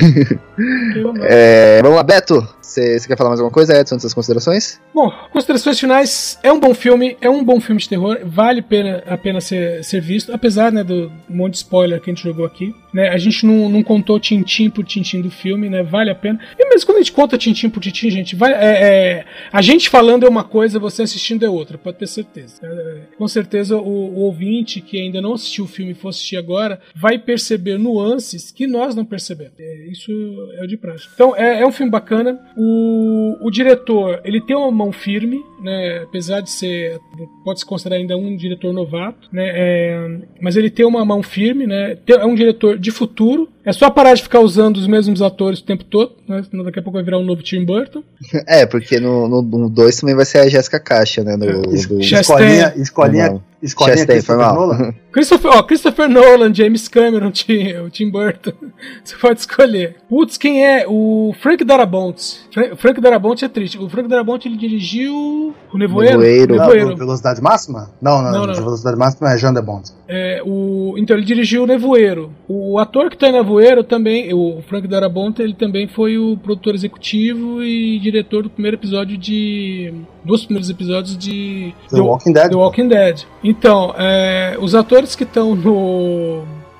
Speaker 4: É, vamos lá, Beto, você quer falar mais alguma coisa, Edson, dessas considerações?
Speaker 5: Bom, considerações finais, é um bom filme, é um bom filme de terror, vale pena, a pena ser, ser visto, apesar, né, do monte de spoiler que a gente jogou aqui, né, a gente não, não contou tintim por tintim do filme, né, vale a pena, e mesmo quando a gente conta tintim por tintim, gente, vai, é, é, a gente falando é uma coisa, você assistindo é outra, pode ter certeza. É, com certeza o, o ouvinte que ainda não assistiu o filme e for assistir agora, vai perceber nuances que nós não percebemos. É, isso é o de prática. Então, é, é um filme bacana. O, o diretor, ele tem uma mão firme, né, apesar de ser, pode se considerar ainda um diretor novato, né, é, mas ele tem uma mão firme, né, é um diretor de futuro. É só parar de ficar usando os mesmos atores o tempo todo, né, daqui a pouco vai virar um novo Tim Burton.
Speaker 4: É, porque no dois também vai ser a Jéssica Caixa, né, do, do...
Speaker 7: Escolinha, escolinha, escolinha
Speaker 4: Chastain, foi mal.
Speaker 7: Nolan.
Speaker 5: Christopher, ó, Christopher Nolan, James Cameron, Tim, o Tim Burton. Você pode escolher. Putz, quem é? O Frank Darabont. Fra- Frank Darabont é triste. O Frank Darabont, ele dirigiu o Nevoeiro.
Speaker 4: Nevoeiro.
Speaker 7: Não,
Speaker 5: Nevoeiro.
Speaker 7: Velocidade Máxima? Não, não,
Speaker 5: Não, não.
Speaker 7: Velocidade Máxima é Jean de Bond.
Speaker 5: É, o, então, ele dirigiu o Nevoeiro. O ator que tá em Nevoeiro também, o Frank Darabont, ele também foi o produtor executivo e diretor do primeiro episódio de... dos primeiros episódios de...
Speaker 7: The Walking Dead.
Speaker 5: The Walking Dead. Então, é, os atores que estão no...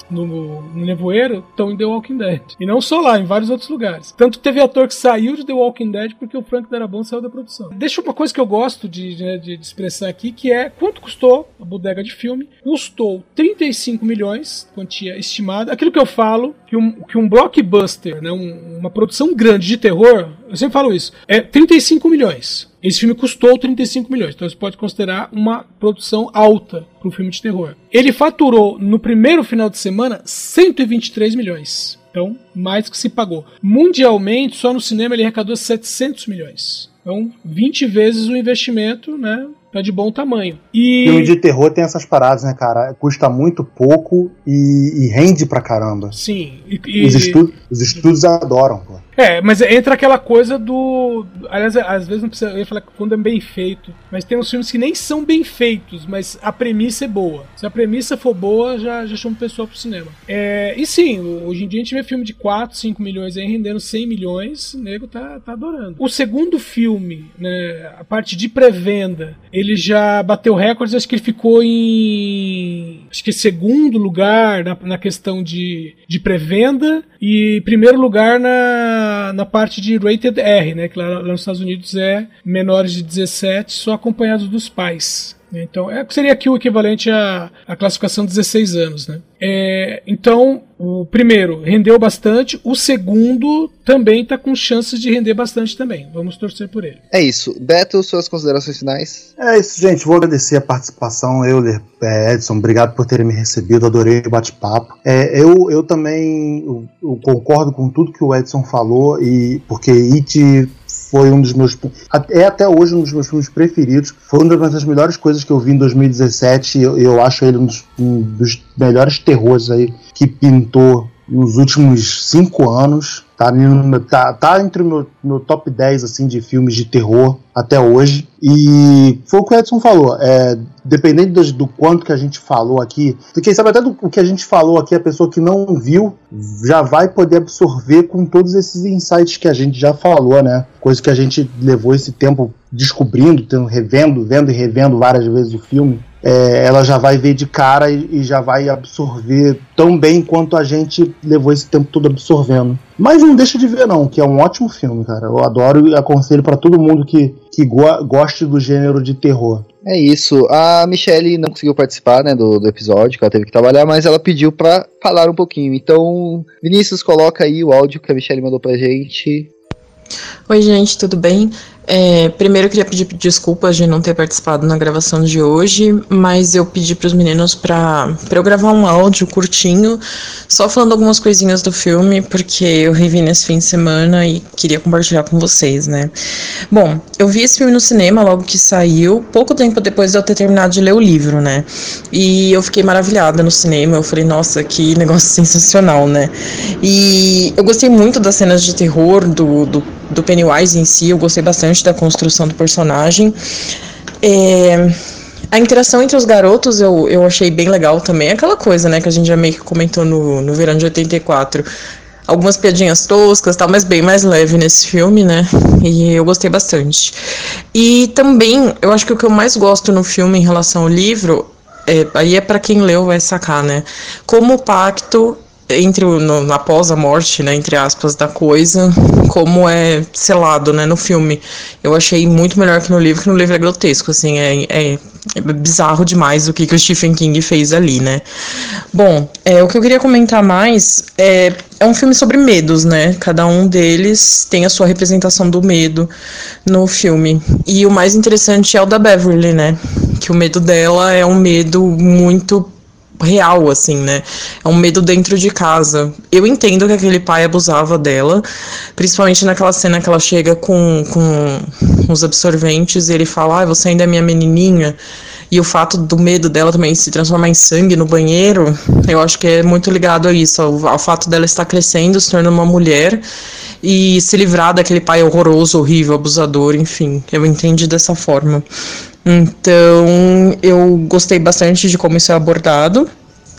Speaker 5: no, no Nevoeiro estão em The Walking Dead. E não só lá, em vários outros lugares. Tanto teve ator que saiu de The Walking Dead porque o Frank Darabont saiu da produção. Deixa uma coisa que eu gosto de, de, de expressar aqui, que é quanto custou a bodega de filme. Custou trinta e cinco milhões, quantia estimada. Aquilo que eu falo, que um, que um blockbuster, né, um, uma produção grande de terror, eu sempre falo isso, é trinta e cinco milhões. Esse filme custou trinta e cinco milhões, então você pode considerar uma produção alta para um filme de terror. Ele faturou no primeiro final de semana cento e vinte e três milhões. Então, mais que se pagou. Mundialmente, só no cinema ele arrecadou setecentos milhões. Então, vinte vezes o investimento, né? Tá de bom tamanho. E
Speaker 7: filme de terror tem essas paradas, né, cara? Custa muito pouco e, e rende pra caramba.
Speaker 5: Sim. E, e...
Speaker 7: Os, estu... Os estúdios adoram, pô.
Speaker 5: É, mas entra aquela coisa do... Aliás, às vezes não precisa... Eu ia falar que quando é bem feito. Mas tem uns filmes que nem são bem feitos, mas a premissa é boa. Se a premissa for boa, já, já chama o pessoal pro cinema. É, e sim, hoje em dia a gente vê filme de quatro, cinco milhões aí rendendo cem milhões, o nego tá, tá adorando. O segundo filme, né, a parte de pré-venda, ele já bateu recordes, acho que ele ficou em... Acho que segundo lugar na, na questão de, de pré-venda e primeiro lugar na, na parte de Rated R, né, que lá, lá nos Estados Unidos é menores de dezessete, só acompanhados dos pais. Então, é, seria aqui o equivalente à, à classificação dezesseis anos, né? É, então, o primeiro rendeu bastante, o segundo também está com chances de render bastante também. Vamos torcer por ele.
Speaker 4: É isso. Beto, suas considerações finais?
Speaker 7: É isso, gente. Vou agradecer a participação, Euler, é, Edson, obrigado por terem me recebido, adorei o bate-papo. É, eu, eu também eu, eu concordo com tudo que o Edson falou, e porque It foi um dos meus... É até hoje um dos meus filmes preferidos. Foi uma das melhores coisas que eu vi em dois mil e dezessete. Eu, eu acho ele um dos, um dos melhores terrores aí que pintou nos últimos cinco anos. Tá, tá, tá entre o meu, meu top dez assim, de filmes de terror até hoje. E foi o que o Edson falou. É, dependendo do, do quanto que a gente falou aqui, quem sabe até do que a gente falou aqui, a pessoa que não viu já vai poder absorver com todos esses insights que a gente já falou, né? Coisa que a gente levou esse tempo descobrindo, tendo, revendo, vendo e revendo várias vezes o filme. É, ela já vai ver de cara e, e já vai absorver tão bem quanto a gente levou esse tempo todo absorvendo. Mas não deixa de ver não, que é um ótimo filme, cara. Eu adoro e aconselho pra todo mundo que, que go- goste do gênero de terror.
Speaker 4: É isso. A Michelle não conseguiu participar, né, do, do episódio, que ela teve que trabalhar, mas ela pediu pra falar um pouquinho. Então, Vinícius, coloca aí o áudio que a Michelle mandou pra gente.
Speaker 8: Oi, gente, tudo bem? É, primeiro eu queria pedir desculpas de não ter participado na gravação de hoje, mas eu pedi para os meninos para eu gravar um áudio curtinho, só falando algumas coisinhas do filme, porque eu revi nesse fim de semana e queria compartilhar com vocês, né? Bom, eu vi esse filme no cinema logo que saiu, pouco tempo depois de eu ter terminado de ler o livro, né? E eu fiquei maravilhada no cinema, eu falei, nossa, que negócio sensacional, né? E eu gostei muito das cenas de terror, do, do, do Pennywise em si, eu gostei bastante da construção do personagem. É, a interação entre os garotos eu, eu achei bem legal também. Aquela coisa, né, que a gente já meio que comentou no, no verão de oitenta e quatro. Algumas piadinhas toscas, tal, mas bem mais leve nesse filme, né? E eu gostei bastante. E também, eu acho que o que eu mais gosto no filme em relação ao livro, é, aí é pra quem leu vai sacar, né? Como o pacto entre o, no, após a morte, né, entre aspas, da coisa, como é selado, né, no filme. Eu achei muito melhor que no livro, que no livro é grotesco, assim, é, é, é bizarro demais o que, que o Stephen King fez ali, né. Bom, é, o que eu queria comentar mais é, é um filme sobre medos, né, cada um deles tem a sua representação do medo no filme, e o mais interessante é o da Beverly, né, que o medo dela é um medo muito real, assim, né? É um medo dentro de casa. Eu entendo que aquele pai abusava dela, principalmente naquela cena que ela chega com, com os absorventes e ele fala, ah, você ainda é minha menininha. E o fato do medo dela também se transformar em sangue no banheiro, eu acho que é muito ligado a isso, ao, ao fato dela estar crescendo, se tornando uma mulher e se livrar daquele pai horroroso, horrível, abusador, enfim. Eu entendi dessa forma. Então, eu gostei bastante de como isso é abordado.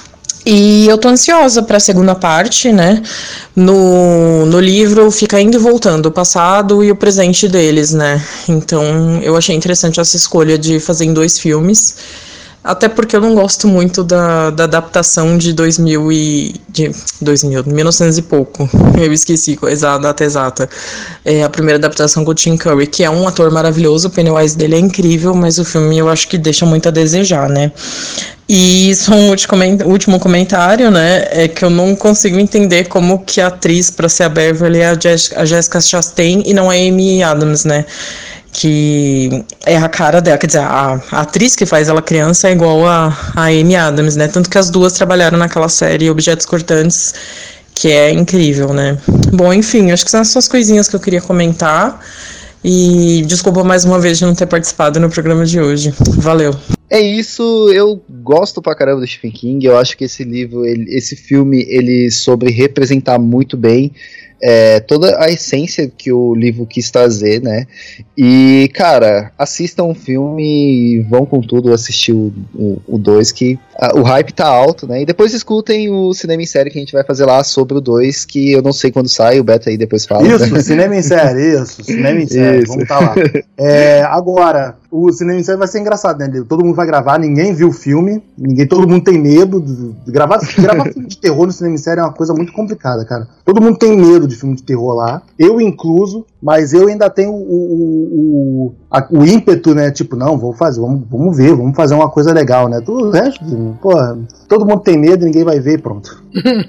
Speaker 8: E eu tô ansiosa para a segunda parte, né? No, no livro fica indo e voltando o passado e o presente deles, né? Então, eu achei interessante essa escolha de fazer em dois filmes. Até porque eu não gosto muito da, da adaptação de dois mil e... De dois mil, mil e novecentos e pouco. Eu esqueci a data exata. É a primeira adaptação com o Tim Curry, que é um ator maravilhoso, o Pennywise dele é incrível, mas o filme eu acho que deixa muito a desejar, né? E só um último comentário, né, é que eu não consigo entender como que a atriz para ser a Beverly é a, Jessica, a Jessica Chastain e não a Amy Adams, né, que é a cara dela, quer dizer, a, a atriz que faz ela criança é igual a, a Amy Adams, né, tanto que as duas trabalharam naquela série Objetos Cortantes, que é incrível, né. Bom, enfim, acho que são essas coisinhas que eu queria comentar, e desculpa mais uma vez de não ter participado no programa de hoje. Valeu.
Speaker 4: É isso, eu gosto pra caramba do Stephen King, eu acho que esse livro, ele, esse filme, ele soube representar muito bem é, toda a essência que o livro quis trazer, né, e, cara, assistam o filme e vão com tudo assistir o dois, que a, o hype tá alto, né, e depois escutem o Cinema em Série que a gente vai fazer lá sobre o dois, que eu não sei quando sai, o Beto aí depois fala.
Speaker 7: Isso,
Speaker 4: né?
Speaker 7: Cinema em Série, isso, Cinema em Série,
Speaker 4: isso.
Speaker 7: Vamos tá lá. É, agora, o Cinema em Série vai ser engraçado, né, todo mundo vai gravar, ninguém viu o filme, ninguém, todo mundo tem medo de, de gravar, gravar filme de terror no Cinema em Série é uma coisa muito complicada, cara, todo mundo tem medo de filme de terror lá, eu incluso, mas eu ainda tenho o, o, o, a, o ímpeto, né, tipo, não, vou fazer, vamos, vamos ver, vamos fazer uma coisa legal, né, tudo o resto, pô, todo mundo tem medo, ninguém vai ver, pronto.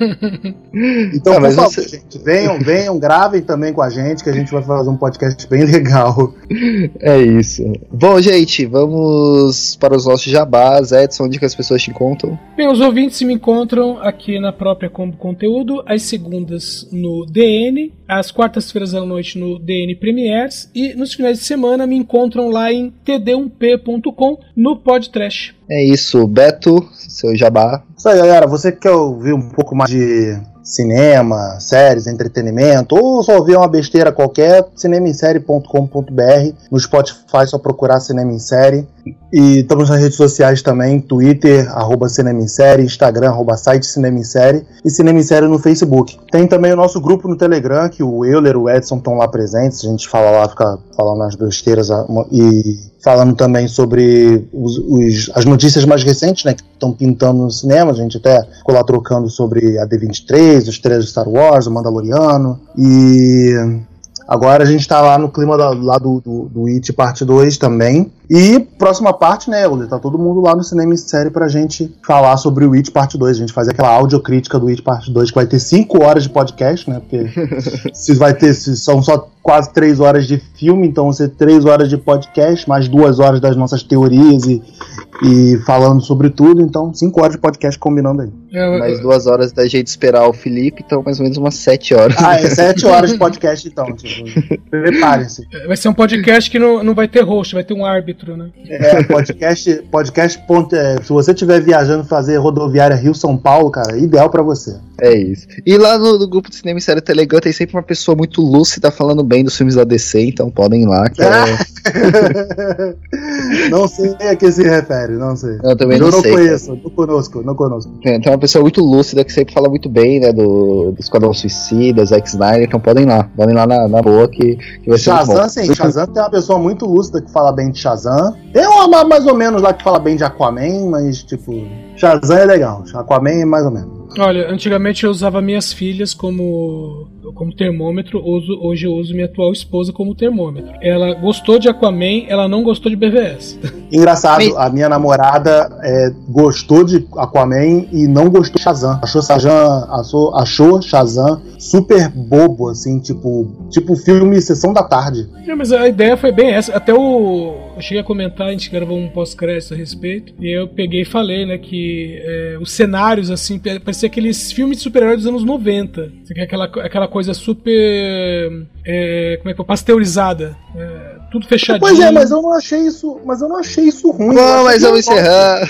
Speaker 7: Então, ah, por favor, você... gente, venham, venham, gravem também com a gente, que a gente vai fazer um podcast bem legal.
Speaker 4: É isso. Bom, gente, vamos para os nossos jabás. Edson, onde que as pessoas te encontram?
Speaker 5: Bem, os ouvintes me encontram aqui na própria Combo Conteúdo, às segundas no D N, às quartas-feiras à noite no D N Premiers, e nos finais de semana me encontram lá em t d um p ponto com no Podtrash.
Speaker 4: É isso, Beto, seu jabá.
Speaker 7: Isso aí, galera, você que quer ouvir um pouco mais de cinema, séries, entretenimento, ou só ouvir uma besteira qualquer, cinema em série ponto com ponto b r, no Spotify só procurar Cinema em Série, e estamos nas redes sociais também, Twitter, arroba Cinema em Série, Instagram, arroba site Cinema em Série, e Cinema em Série no Facebook. Tem também o nosso grupo no Telegram, que o Euler e o Edson estão lá presentes, a gente fala lá, fica falando as besteiras e falando também sobre os, os, as notícias mais recentes, né, que estão pintando no cinema. A gente até ficou lá trocando sobre a D vinte e três, os trailers de Star Wars, o Mandaloriano, e agora a gente tá lá no clima da, lá do, do, do It Parte dois também. E próxima parte, né, tá todo mundo lá no Cinema em Série pra gente falar sobre o It Parte dois. A gente fazer aquela audiocrítica do It Parte dois, que vai ter cinco horas de podcast, né, porque se vai ter, se são só quase três horas de filme, então vão ser três horas de podcast, mais duas horas das nossas teorias e, e falando sobre tudo, então cinco horas de podcast combinando aí.
Speaker 4: É, mais duas horas da gente esperar o Felipe, então mais ou menos umas sete horas.
Speaker 7: Ah, é sete horas de podcast então, tipo, preparem-se.
Speaker 5: Vai ser um podcast que não, não vai ter host, vai ter um árbitro, né?
Speaker 7: É, podcast, podcast ponto, é, se você estiver viajando fazer rodoviária Rio-São Paulo, cara, é ideal pra você.
Speaker 4: É isso. E lá no, no grupo de Cinema em Série Telegram tem sempre uma pessoa muito lúcida falando bem dos filmes da D C, então podem ir lá. Que é...
Speaker 7: Não sei a que se refere, não sei.
Speaker 4: Eu também
Speaker 7: Eu
Speaker 4: não,
Speaker 7: não
Speaker 4: sei.
Speaker 7: conheço, não conosco, não conosco.
Speaker 4: Tem, tem uma pessoa muito lúcida que sempre fala muito bem, né, do, do Esquadrão Suicida, Zack Snyder, então podem ir lá, podem ir lá na, na boa que, que vai ser
Speaker 7: Shazam,
Speaker 4: muito bom.
Speaker 7: sim, Shazam tem uma pessoa muito lúcida que fala bem de Shazam. Tem uma mais ou menos lá que fala bem de Aquaman, mas tipo, Shazam é legal, Aquaman é mais ou menos.
Speaker 5: Olha, antigamente eu usava minhas filhas como, como termômetro, uso, hoje eu uso minha atual esposa como termômetro. Ela gostou de Aquaman, ela não gostou de B V S.
Speaker 7: Engraçado, Mas... a minha namorada é, gostou de Aquaman e não gostou de Shazam. Achou Shazam, achou, achou Shazam super bobo, assim, tipo, tipo filme Sessão da Tarde.
Speaker 5: É, mas a ideia foi bem essa. Até o... eu cheguei a comentar, a gente gravou um pós-crédito a respeito, e eu peguei e falei, né, que é, os cenários, assim, parecia aqueles filmes de super-heróis dos anos noventa. Aquela, aquela coisa super... É, como é que é? Pasteurizada. É, tudo fechadinho.
Speaker 7: Pois é, mas eu não achei isso, mas eu não achei isso ruim.
Speaker 4: Bom, mas vamos encerrar.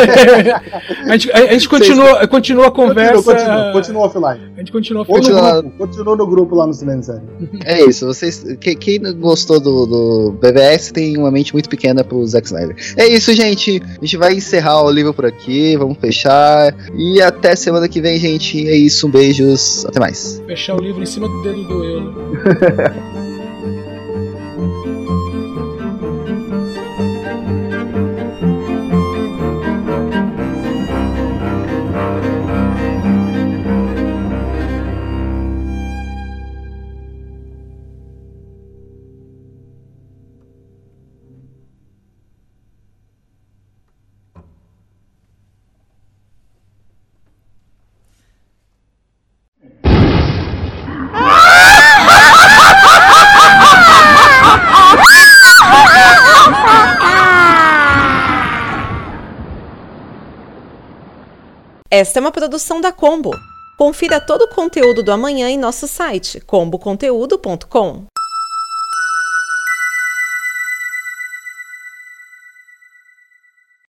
Speaker 5: a gente, a, a gente continua, continua a conversa.
Speaker 7: Continua, continua, continua offline.
Speaker 5: A gente continua
Speaker 7: offline. Continua no grupo lá no Cinema em Série.
Speaker 4: É isso, vocês, quem, quem gostou do, do B V S tem uma mente muito pequena pro Zack Snyder. É isso, gente. A gente vai encerrar o livro por aqui, vamos fechar. E até semana que vem, gente. É isso, um beijos, até mais.
Speaker 5: Fechar o livro em cima do dedo do eu.
Speaker 9: Esta é uma produção da Combo. Confira todo o conteúdo do Amanhã em nosso site combo conteúdo ponto com.